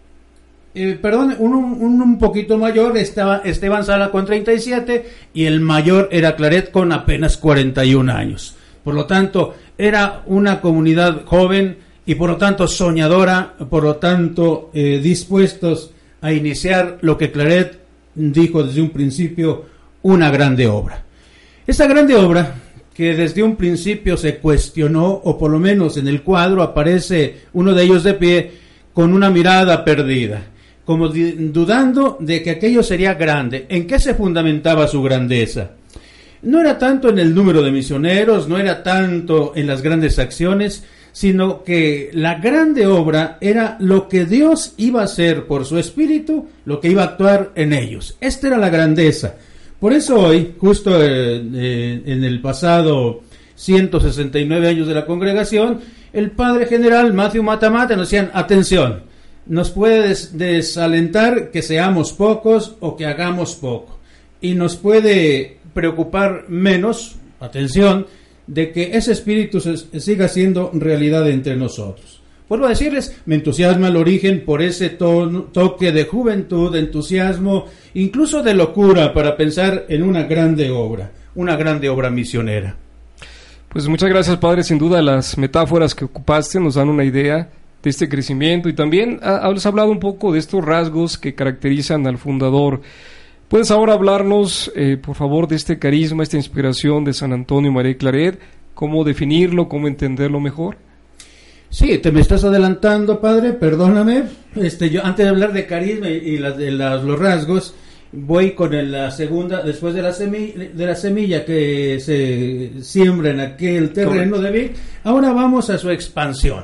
Un poquito mayor, estaba Esteban Sala con 37, y el mayor era Claret con apenas 41 años. Por lo tanto, era una comunidad joven y por lo tanto soñadora, por lo tanto dispuestos a iniciar lo que Claret dijo desde un principio, una grande obra. Esa grande obra que desde un principio se cuestionó, o por lo menos en el cuadro aparece uno de ellos de pie con una mirada perdida, como dudando de que aquello sería grande. ¿En qué se fundamentaba su grandeza? No era tanto en el número de misioneros, no era tanto en las grandes acciones, sino que la grande obra era lo que Dios iba a hacer por su Espíritu, lo que iba a actuar en ellos. Esta era la grandeza. Por eso hoy, justo en el pasado 169 años de la congregación, el Padre General Matthew Matamata nos decían, atención, nos puede desalentar que seamos pocos o que hagamos poco, y nos puede preocupar menos, atención, de que ese espíritu siga siendo realidad entre nosotros. Vuelvo a decirles, me entusiasma el origen por ese toque de juventud, de entusiasmo, incluso de locura, para pensar en una grande obra misionera. Pues muchas gracias, Padre. Sin duda las metáforas que ocupaste nos dan una idea de este crecimiento, y también has hablado un poco de estos rasgos que caracterizan al fundador. ¿Puedes ahora hablarnos, por favor, de este carisma, esta inspiración de San Antonio María Claret, cómo definirlo, cómo entenderlo mejor. Sí, te me estás adelantando, padre, perdóname. Yo antes de hablar de carisma y los rasgos, voy con la segunda, después de la semilla que se siembra en aquel terreno de Vic. Ahora vamos a su expansión.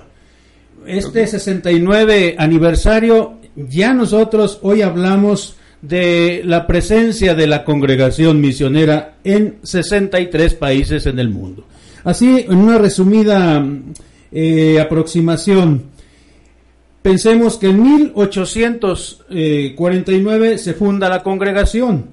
69 aniversario, ya nosotros hoy hablamos de la presencia de la congregación misionera en 63 países en el mundo. Así, en una resumida aproximación, pensemos que en 1849 se funda la congregación.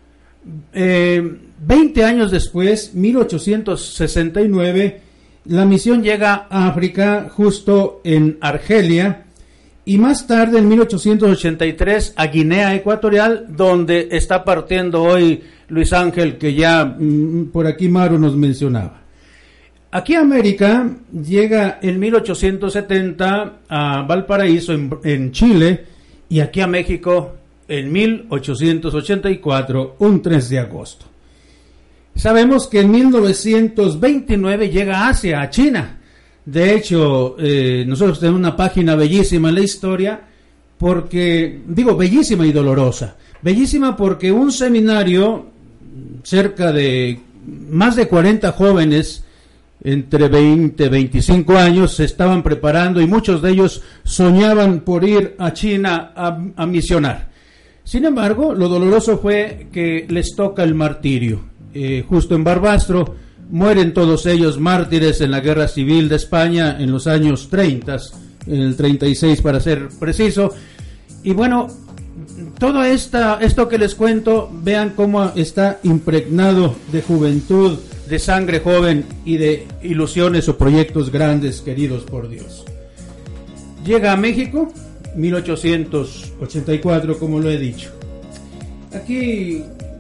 20 años después, 1869, la misión llega a África, justo en Argelia, y más tarde, en 1883, a Guinea Ecuatorial, donde está partiendo hoy Luis Ángel, que ya por aquí Maru nos mencionaba. Aquí a América llega en 1870 a Valparaíso, en Chile, y aquí a México en 1884, un 3 de agosto. Sabemos que en 1929 llega a Asia, a China. De hecho, nosotros tenemos una página bellísima en la historia, porque, digo, bellísima y dolorosa. Bellísima porque un seminario, cerca de más de 40 jóvenes, entre 20 y 25 años, se estaban preparando y muchos de ellos soñaban por ir a China a misionar. Sin embargo, lo doloroso fue que les toca el martirio. Justo en Barbastro mueren todos ellos mártires en la Guerra Civil de España en los años 30, en el 36 para ser preciso. Y bueno, todo esto que les cuento, vean cómo está impregnado de juventud, de sangre joven y de ilusiones o proyectos grandes queridos por Dios. Llega a México, 1884, como lo he dicho. Aquí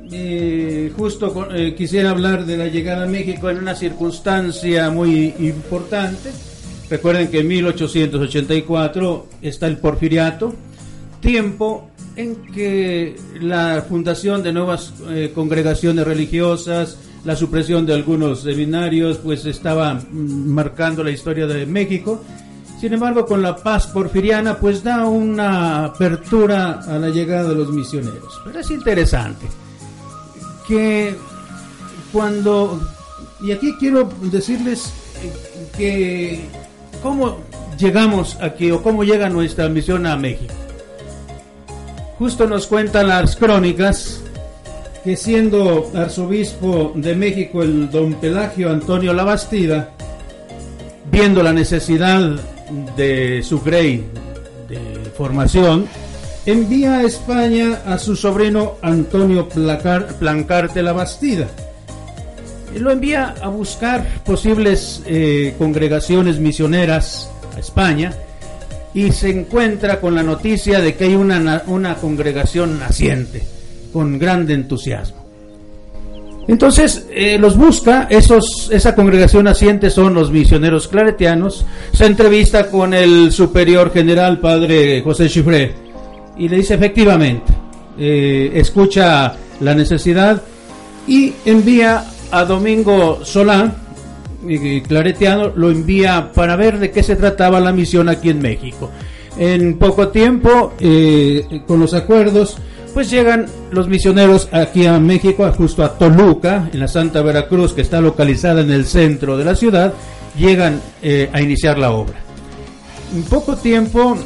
quisiera hablar de la llegada a México en una circunstancia muy importante. Recuerden que en 1884 está el Porfiriato, tiempo en que la fundación de nuevas congregaciones religiosas, la supresión de algunos seminarios, pues estaba marcando la historia de México. Sin embargo, con la paz porfiriana, pues da una apertura a la llegada de los misioneros. Pero es interesante que y aquí quiero decirles que cómo llegamos aquí o cómo llega nuestra misión a México. Justo nos cuentan las crónicas que siendo arzobispo de México el don Pelagio Antonio Labastida, viendo la necesidad de su grey de formación, envía a España a su sobrino Antonio Plancarte Labastida. Lo envía a buscar posibles congregaciones misioneras a España y se encuentra con la noticia de que hay una congregación naciente con grande entusiasmo. Entonces los busca, esa congregación naciente son los misioneros claretianos. Se entrevista con el superior general, padre José Chiffré, y le dice efectivamente, escucha la necesidad y envía a Domingo Solá, claretiano, lo envía para ver de qué se trataba la misión aquí en México. En poco tiempo, con los acuerdos, pues llegan los misioneros aquí a México, justo a Toluca, en la Santa Veracruz, que está localizada en el centro de la ciudad. Llegan a iniciar la obra. En poco tiempo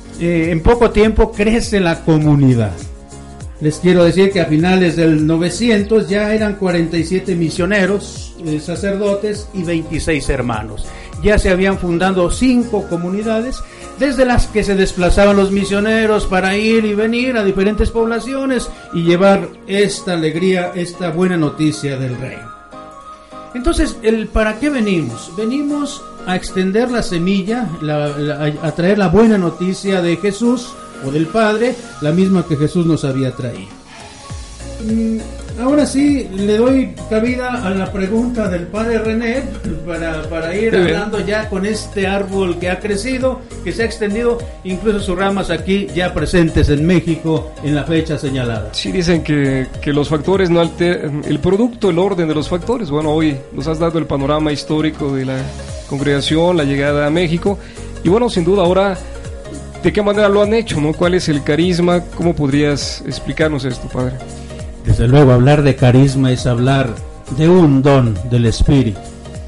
crece la comunidad. Les quiero decir que a finales del 900 ya eran 47 misioneros, sacerdotes y 26 hermanos. Ya se habían fundado 5 comunidades, desde las que se desplazaban los misioneros para ir y venir a diferentes poblaciones y llevar esta alegría, esta buena noticia del reino. Entonces, ¿para qué venimos? Venimos a extender la semilla, a traer la buena noticia de Jesús o del Padre, la misma que Jesús nos había traído. ahora sí le doy cabida a la pregunta del padre René para ir hablando ya con este árbol que ha crecido, que se ha extendido, incluso sus ramas aquí ya presentes en México en la fecha señalada. Sí, dicen que los factores no alteran el producto, el orden de los factores. Bueno, hoy nos has dado el panorama histórico de la congregación, la llegada a México, y bueno, sin duda ahora, ¿de qué manera lo han hecho, no? ¿Cuál es el carisma? ¿Cómo podrías explicarnos esto, padre? Desde luego, hablar de carisma es hablar de un don del Espíritu.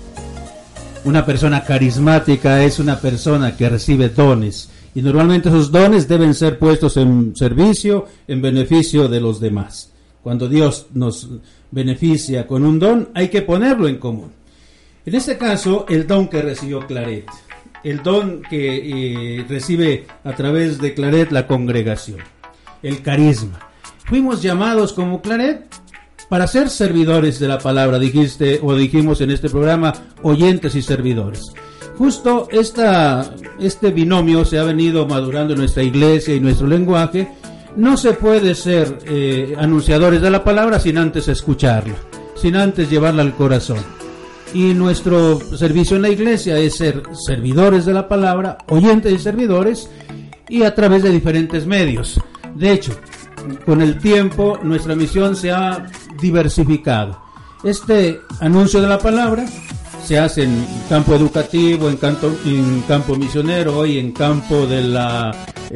Una persona carismática es una persona que recibe dones, y normalmente esos dones deben ser puestos en servicio, en beneficio de los demás. Cuando Dios nos beneficia con un don, hay que ponerlo en común. En este caso, el don que recibió Claret, el don que recibe a través de Claret la congregación, el carisma. Fuimos llamados como Claret para ser servidores de la palabra, dijimos en este programa, oyentes y servidores. Justo este binomio se ha venido madurando en nuestra iglesia y nuestro lenguaje. No se puede ser anunciadores de la palabra sin antes escucharla, sin antes llevarla al corazón. Y nuestro servicio en la iglesia es ser servidores de la palabra, oyentes y servidores, y a través de diferentes medios. De hecho, con el tiempo nuestra misión se ha diversificado. Este anuncio de la palabra se hace en campo educativo, en campo misionero, hoy en campo de la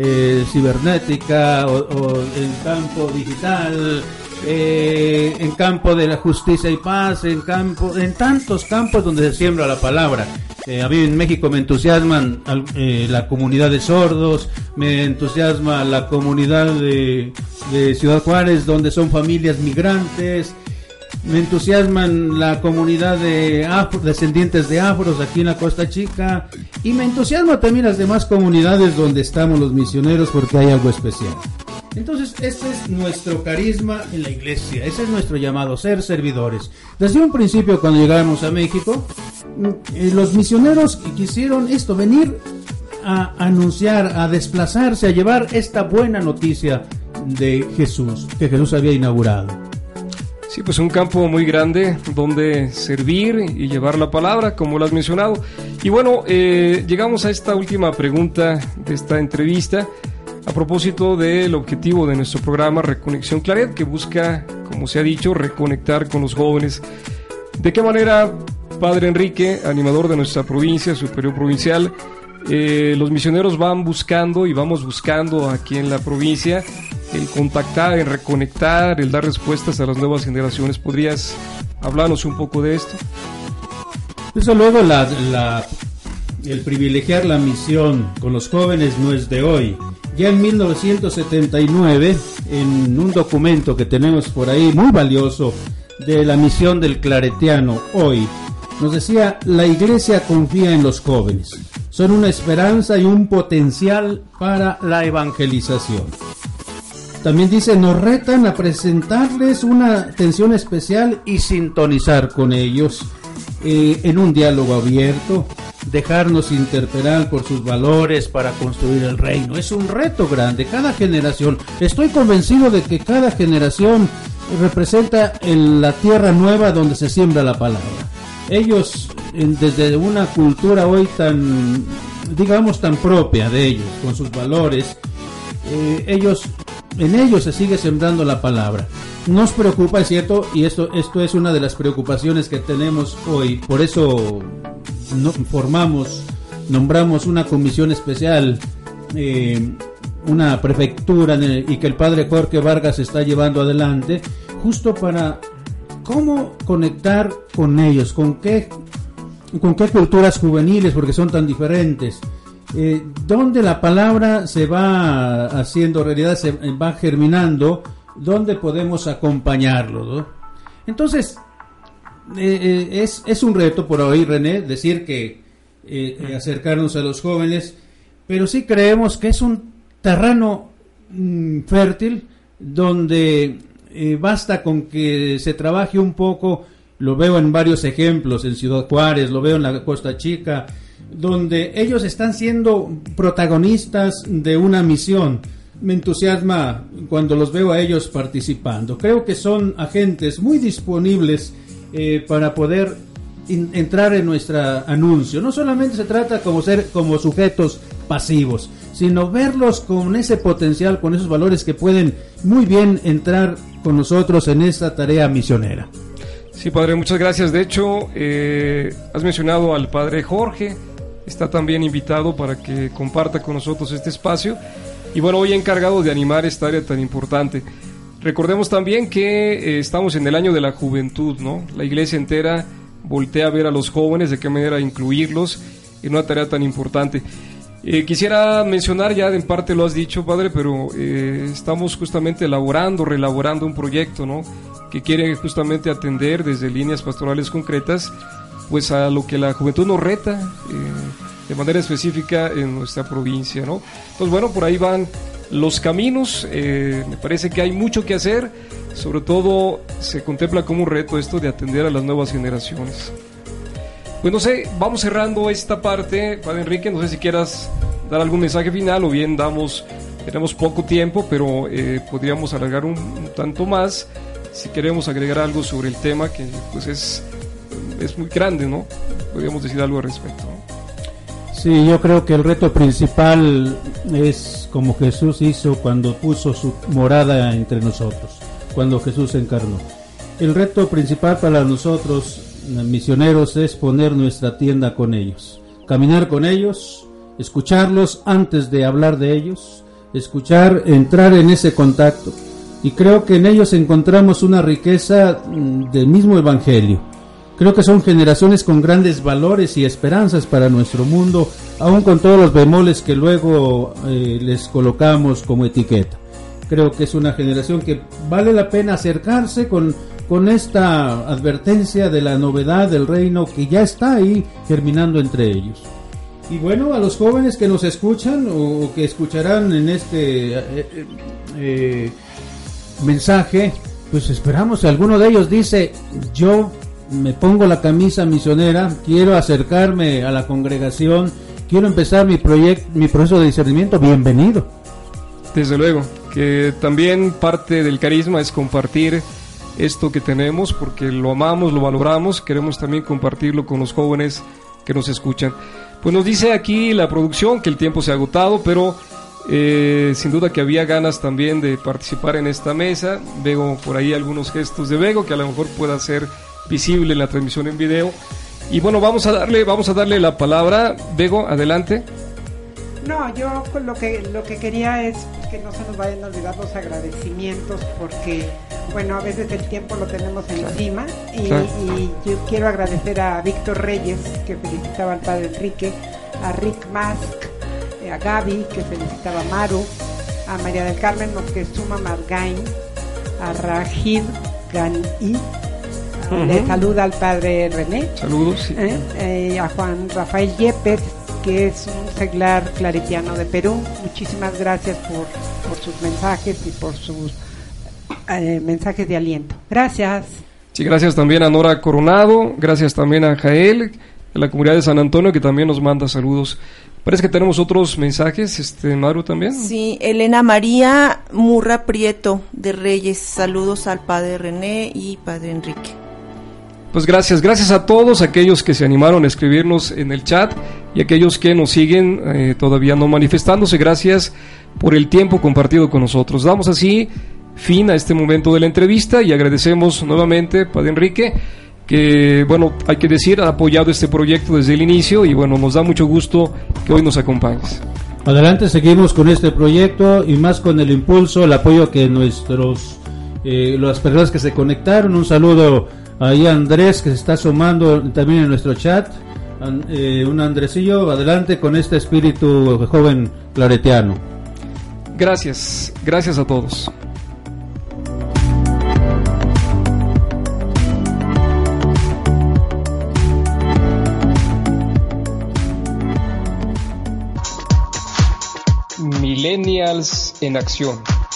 cibernética o en campo digital, en campo de la justicia y paz, en tantos campos donde se siembra la palabra. A mí en México me entusiasman la comunidad de sordos, me entusiasma la comunidad de Ciudad Juárez, donde son familias migrantes, me entusiasman la comunidad de descendientes de afros aquí en la Costa Chica, y me entusiasma también las demás comunidades donde estamos los misioneros, porque hay algo especial. Entonces, este es nuestro carisma en la iglesia, ese es nuestro llamado, ser servidores. Desde un principio, cuando llegamos a México, los misioneros quisieron venir a anunciar, a desplazarse, a llevar esta buena noticia de Jesús, que Jesús había inaugurado. Sí, pues un campo muy grande donde servir y llevar la palabra, como lo has mencionado. Y bueno, llegamos a esta última pregunta de esta entrevista, a propósito del objetivo de nuestro programa Reconexión Claret, que busca, como se ha dicho, reconectar con los jóvenes. ¿De qué manera, padre Enrique, animador de nuestra provincia, superior provincial, los misioneros vamos buscando aquí en la provincia el contactar, el reconectar, el dar respuestas a las nuevas generaciones? ¿Podrías hablarnos un poco de esto? Desde luego, el privilegiar la misión con los jóvenes no es de hoy. Ya en 1979, en un documento que tenemos por ahí muy valioso de la misión del claretiano hoy, nos decía: la iglesia confía en los jóvenes, son una esperanza y un potencial para la evangelización. También dice: nos retan a presentarles una atención especial y sintonizar con ellos en un diálogo abierto, dejarnos interpelar por sus valores para construir el reino. Es un reto grande, cada generación. Estoy convencido de que cada generación representa la tierra nueva donde se siembra la palabra. Ellos, desde una cultura hoy tan propia de ellos, con sus valores, en ellos se sigue sembrando la palabra. Nos preocupa, es cierto, y esto es una de las preocupaciones que tenemos hoy. Por eso nombramos una comisión especial, una prefectura, y que el padre Jorge Vargas está llevando adelante, justo para cómo conectar con ellos, con qué culturas juveniles, porque son tan diferentes. Donde la palabra se va haciendo realidad, se va germinando, donde podemos acompañarlo, ¿no? Entonces, es un reto por hoy, René, decir que acercarnos a los jóvenes, pero sí creemos que es un terreno fértil donde basta con que se trabaje un poco. Lo veo en varios ejemplos, en Ciudad Juárez, lo veo en la Costa Chica, donde ellos están siendo protagonistas de una misión, me entusiasma cuando los veo a ellos participando. Creo que son agentes muy disponibles para poder entrar en nuestro anuncio. No solamente se trata como sujetos pasivos, sino verlos con ese potencial, con esos valores que pueden muy bien entrar con nosotros en esta tarea misionera. Sí, padre, muchas gracias. De hecho, has mencionado al padre Jorge, está también invitado para que comparta con nosotros este espacio. Y bueno, hoy encargado de animar esta área tan importante. Recordemos también que estamos en el año de la juventud, ¿no? La iglesia entera voltea a ver a los jóvenes, de qué manera incluirlos en una tarea tan importante. Quisiera mencionar, ya en parte lo has dicho, padre, pero estamos justamente relaborando un proyecto, ¿no?, que quiere justamente atender desde líneas pastorales concretas, pues a lo que la juventud nos reta de manera específica en nuestra provincia, ¿no? Entonces, bueno, por ahí van los caminos. Me parece que hay mucho que hacer. Sobre todo se contempla como un reto esto de atender a las nuevas generaciones. Pues no sé, vamos cerrando esta parte, padre Enrique. No sé si quieras dar algún mensaje final o bien tenemos poco tiempo, pero podríamos alargar un tanto más si queremos agregar algo sobre el tema, que pues es muy grande, ¿no? Podríamos decir algo al respecto, ¿no? Sí, yo creo que el reto principal es como Jesús hizo cuando puso su morada entre nosotros, cuando Jesús se encarnó. El reto principal para nosotros, misioneros, es poner nuestra tienda con ellos, caminar con ellos, escucharlos antes de hablar de ellos, entrar en ese contacto. Y creo que en ellos encontramos una riqueza del mismo evangelio. Creo que son generaciones con grandes valores y esperanzas para nuestro mundo, aun con todos los bemoles que luego les colocamos como etiqueta. Creo que es una generación que vale la pena acercarse con esta advertencia de la novedad del reino que ya está ahí germinando entre ellos. Y bueno, a los jóvenes que nos escuchan o que escucharán en este mensaje, pues esperamos si alguno de ellos dice: yo me pongo la camisa misionera, quiero acercarme a la congregación, quiero empezar mi proceso de discernimiento, bienvenido. Desde luego, que también parte del carisma es compartir esto que tenemos, porque lo amamos, lo valoramos, queremos también compartirlo con los jóvenes que nos escuchan. Pues nos dice aquí la producción que el tiempo se ha agotado, pero sin duda que había ganas también de participar en esta mesa. Veo por ahí algunos gestos de Bego que a lo mejor pueda ser visible en la transmisión en video. Y bueno, vamos a darle la palabra. Bego, adelante. No, yo lo que quería es que no se nos vayan a olvidar los agradecimientos, porque bueno, a veces el tiempo lo tenemos encima. Y yo quiero agradecer a Víctor Reyes, que felicitaba al padre Enrique, a Rick Mask, a Gaby, que felicitaba a Maru, a María del Carmen Moctezuma Margain, a Rajid Gani, le saluda al padre René. Saludos. Sí. A Juan Rafael Yepes, que es un seglar claretiano de Perú. Muchísimas gracias por sus mensajes y por sus mensajes de aliento. Gracias. Sí, gracias también a Nora Coronado, gracias también a Jael, de la comunidad de San Antonio, que también nos manda saludos. Parece que tenemos otros mensajes, Maru también. Sí, Elena María Murra Prieto de Reyes, saludos al padre René y padre Enrique. Pues gracias a todos aquellos que se animaron a escribirnos en el chat y aquellos que nos siguen todavía no manifestándose. Gracias por el tiempo compartido con nosotros. Damos así fin a este momento de la entrevista y agradecemos nuevamente, padre Enrique, que bueno, hay que decir, ha apoyado este proyecto desde el inicio y bueno, nos da mucho gusto que hoy nos acompañes. Adelante, seguimos con este proyecto y más con el impulso, el apoyo que las personas que se conectaron. Un saludo ahí a Andrés, que se está sumando también en nuestro chat. Un Andresillo, adelante con este espíritu joven claretiano. Gracias a todos. Millennials en acción.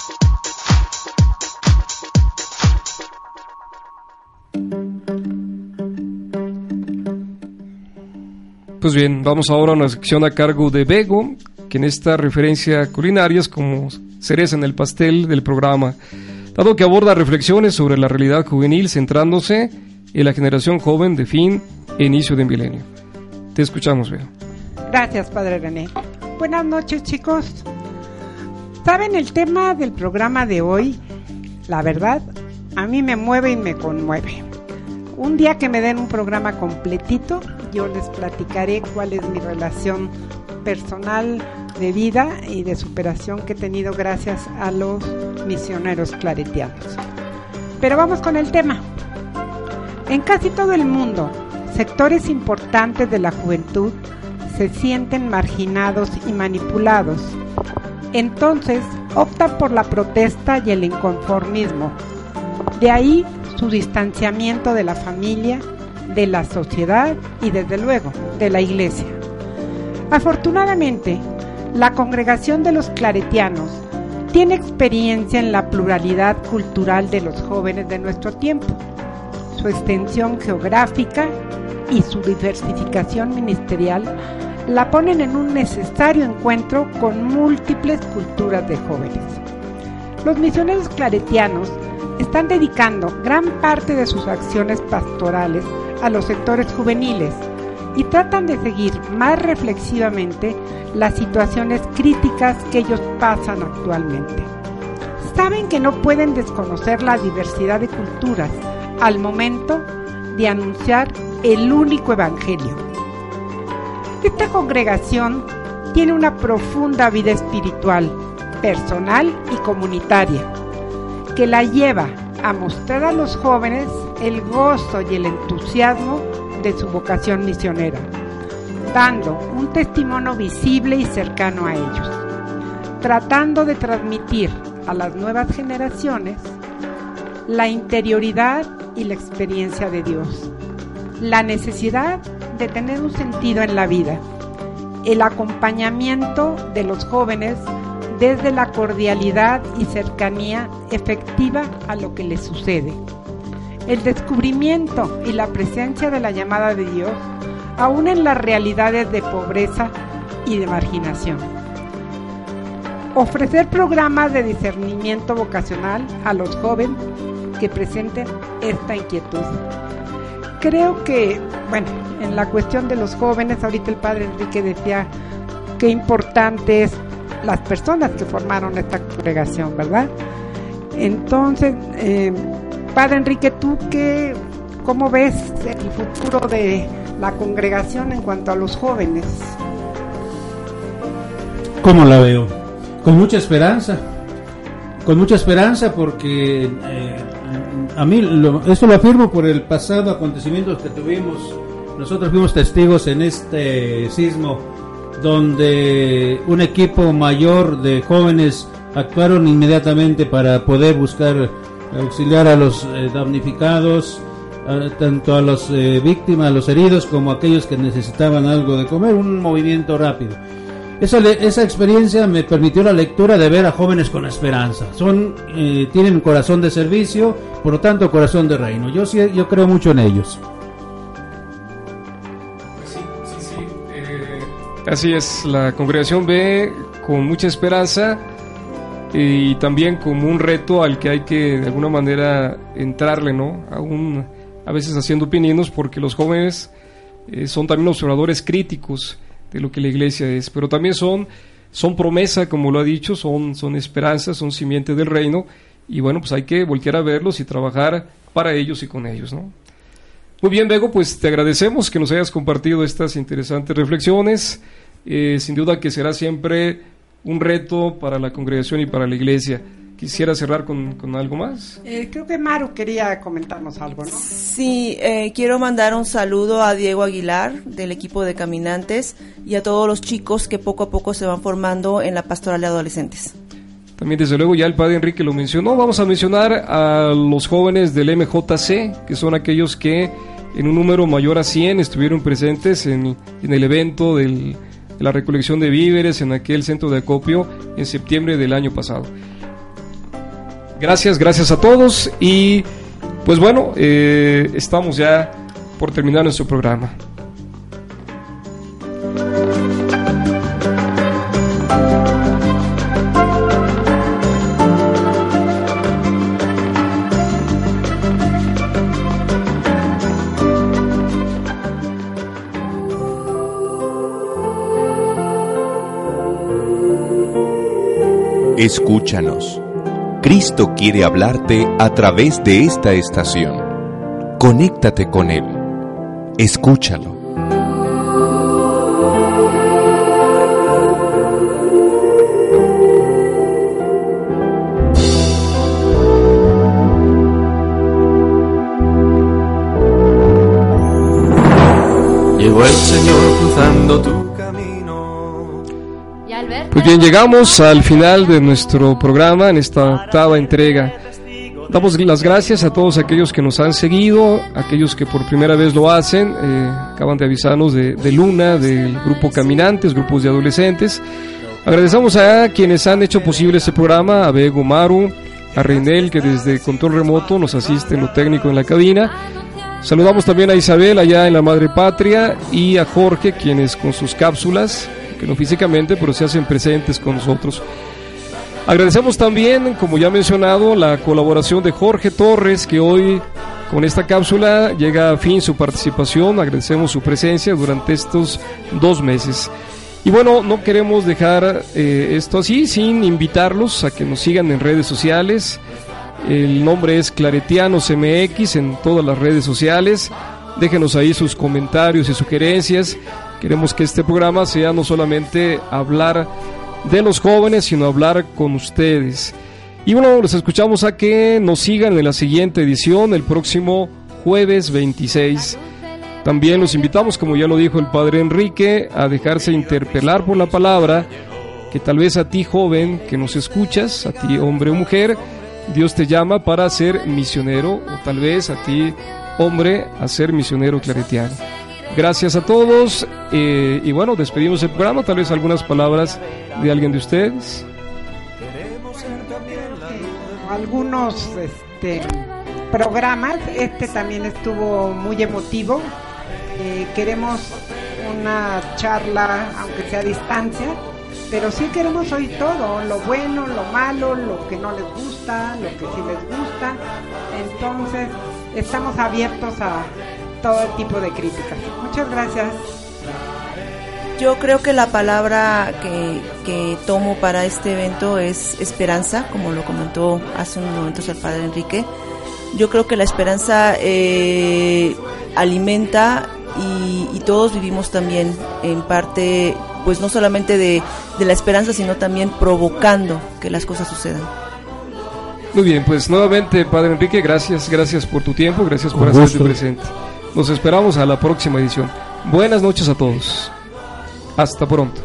Pues bien, vamos ahora a una sección a cargo de Bego, que en esta referencia a culinarias, como cereza en el pastel del programa, dado que aborda reflexiones sobre la realidad juvenil centrándose en la generación joven de fin e inicio de milenio. Te escuchamos, Bea. Gracias, Padre René. Buenas noches, chicos. ¿Saben el tema del programa de hoy? La verdad, a mí me mueve y me conmueve. Un día que me den un programa completito, yo les platicaré cuál es mi relación personal de vida y de superación que he tenido gracias a los misioneros claretianos. Pero vamos con el tema. En casi todo el mundo, sectores importantes de la juventud se sienten marginados y manipulados. Entonces, optan por la protesta y el inconformismo. De ahí su distanciamiento de la familia, de la sociedad y desde luego de la iglesia. Afortunadamente, la congregación de los claretianos tiene experiencia en la pluralidad cultural de los jóvenes de nuestro tiempo, su extensión geográfica y su diversificación ministerial la ponen en un necesario encuentro con múltiples culturas de jóvenes. Los misioneros claretianos están dedicando gran parte de sus acciones pastorales a los sectores juveniles y tratan de seguir más reflexivamente las situaciones críticas que ellos pasan actualmente. Saben que no pueden desconocer la diversidad de culturas al momento de anunciar el único evangelio. Esta congregación tiene una profunda vida espiritual, personal y comunitaria, que la lleva a mostrar a los jóvenes el gozo y el entusiasmo de su vocación misionera, dando un testimonio visible y cercano a ellos, tratando de transmitir a las nuevas generaciones la interioridad y la experiencia de Dios, la necesidad de tener un sentido en la vida, el acompañamiento de los jóvenes desde la cordialidad y cercanía efectiva a lo que les sucede, el descubrimiento y la presencia de la llamada de Dios aún en las realidades de pobreza y de marginación. Ofrecer programas de discernimiento vocacional a los jóvenes que presenten esta inquietud. Creo que, en la cuestión de los jóvenes, ahorita el Padre Enrique decía qué importante es las personas que formaron esta congregación, ¿verdad? Entonces, Padre Enrique, ¿tú cómo ves el futuro de la congregación en cuanto a los jóvenes? ¿Cómo la veo? Con mucha esperanza porque a mí esto lo afirmo por el pasado acontecimientos que tuvimos. Nosotros fuimos testigos en este sismo donde un equipo mayor de jóvenes actuaron inmediatamente para poder buscar auxiliar a los damnificados, tanto a las víctimas, a los heridos, como a aquellos que necesitaban algo de comer, un movimiento rápido. Esa experiencia me permitió la lectura de ver a jóvenes con esperanza. Tienen corazón de servicio, por lo tanto corazón de reino. Yo creo mucho en ellos. Así es, la congregación ve con mucha esperanza y también como un reto al que hay que de alguna manera entrarle, ¿no? Aún a veces haciendo opiniones, porque los jóvenes son también observadores críticos de lo que la iglesia es, pero también son promesa, como lo ha dicho, son esperanza, son simiente del reino, y pues hay que voltear a verlos y trabajar para ellos y con ellos, ¿no? Muy bien, Bego, pues te agradecemos que nos hayas compartido estas interesantes reflexiones. Sin duda que será siempre un reto para la congregación y para la iglesia. Quisiera cerrar con algo más. Creo que Maru quería comentarnos algo, ¿no? Sí, quiero mandar un saludo a Diego Aguilar del equipo de Caminantes y a todos los chicos que poco a poco se van formando en la pastoral de adolescentes. También desde luego ya el Padre Enrique lo mencionó. Vamos a mencionar a los jóvenes del MJC, que son aquellos que en un número mayor a 100 estuvieron presentes en el evento de la recolección de víveres en aquel centro de acopio en septiembre del año pasado. Gracias a todos y pues estamos ya por terminar nuestro programa. Escúchanos. Cristo quiere hablarte a través de esta estación. Conéctate con Él. Escúchalo. Llegó el Señor cruzando tu camino. Pues bien, llegamos al final de nuestro programa en esta 8ª entrega. Damos las gracias a todos aquellos que nos han seguido, aquellos que por primera vez lo hacen. Acaban de avisarnos de Luna, del grupo Caminantes, grupos de adolescentes. Agradecemos a quienes han hecho posible este programa, a Bego, Maru, a Reinel, que desde control remoto nos asiste en lo técnico en la cabina. Saludamos también a Isabel allá en la Madre Patria y a Jorge, quienes con sus cápsulas, que no físicamente, pero se hacen presentes con nosotros. Agradecemos también, como ya mencionado, la colaboración de Jorge Torres, que hoy con esta cápsula llega a fin su participación. Agradecemos su presencia durante estos 2 meses. Y bueno, no queremos dejar esto así sin invitarlos a que nos sigan en redes sociales. El nombre es Claretianos MX en todas las redes sociales. Déjenos ahí sus comentarios y sugerencias. Queremos que este programa sea no solamente hablar de los jóvenes, sino hablar con ustedes. Y bueno, les escuchamos a que nos sigan en la siguiente edición, el próximo jueves 26. También los invitamos, como ya lo dijo el Padre Enrique, a dejarse interpelar por la palabra, que tal vez a ti joven que nos escuchas, a ti hombre o mujer, Dios te llama para ser misionero, o tal vez a ti, hombre, a ser misionero claretiano. Gracias a todos, y bueno, despedimos el programa. Tal vez algunas palabras de alguien de ustedes. Algunos programas, también estuvo muy emotivo. Queremos una charla, aunque sea a distancia, pero sí queremos oír todo, lo bueno, lo malo, lo que no les gusta, lo que sí les gusta. Entonces, estamos abiertos a todo tipo de críticas. Muchas gracias. Yo creo que la palabra que tomo para este evento es esperanza, como lo comentó hace unos momentos el Padre Enrique. Yo creo que la esperanza alimenta y todos vivimos también en parte, pues no solamente de la esperanza, sino también provocando que las cosas sucedan. Muy bien, pues nuevamente, Padre Enrique, gracias por tu tiempo, gracias por hacerte presente. Nos esperamos a la próxima edición. Buenas noches a todos. Hasta pronto.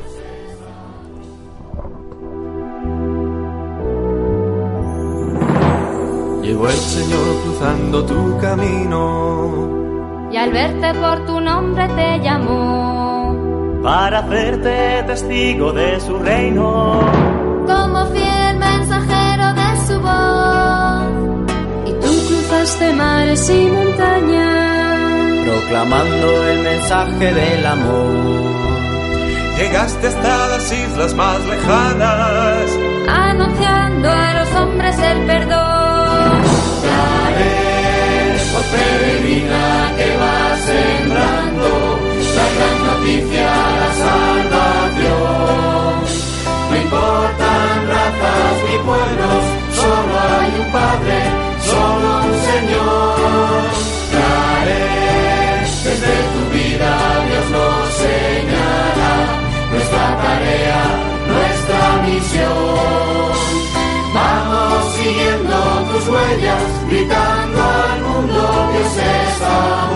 Llegó el Señor cruzando tu camino. Y al verte por tu nombre te llamó, para hacerte testigo de su reino, como fiel mensajero de su voz. Y tú cruzaste mares y montañas, proclamando el mensaje del amor. Llegaste hasta las islas más lejanas, anunciando a los hombres el perdón. Trae, oh peregrina que va sembrando la gran noticia, la salvación. No importan razas ni pueblos, solo hay un Padre, solo un Señor. Trae, desde tu vida Dios nos señala nuestra tarea, nuestra misión. Vamos siguiendo tus huellas, gritando al mundo Dios es amor.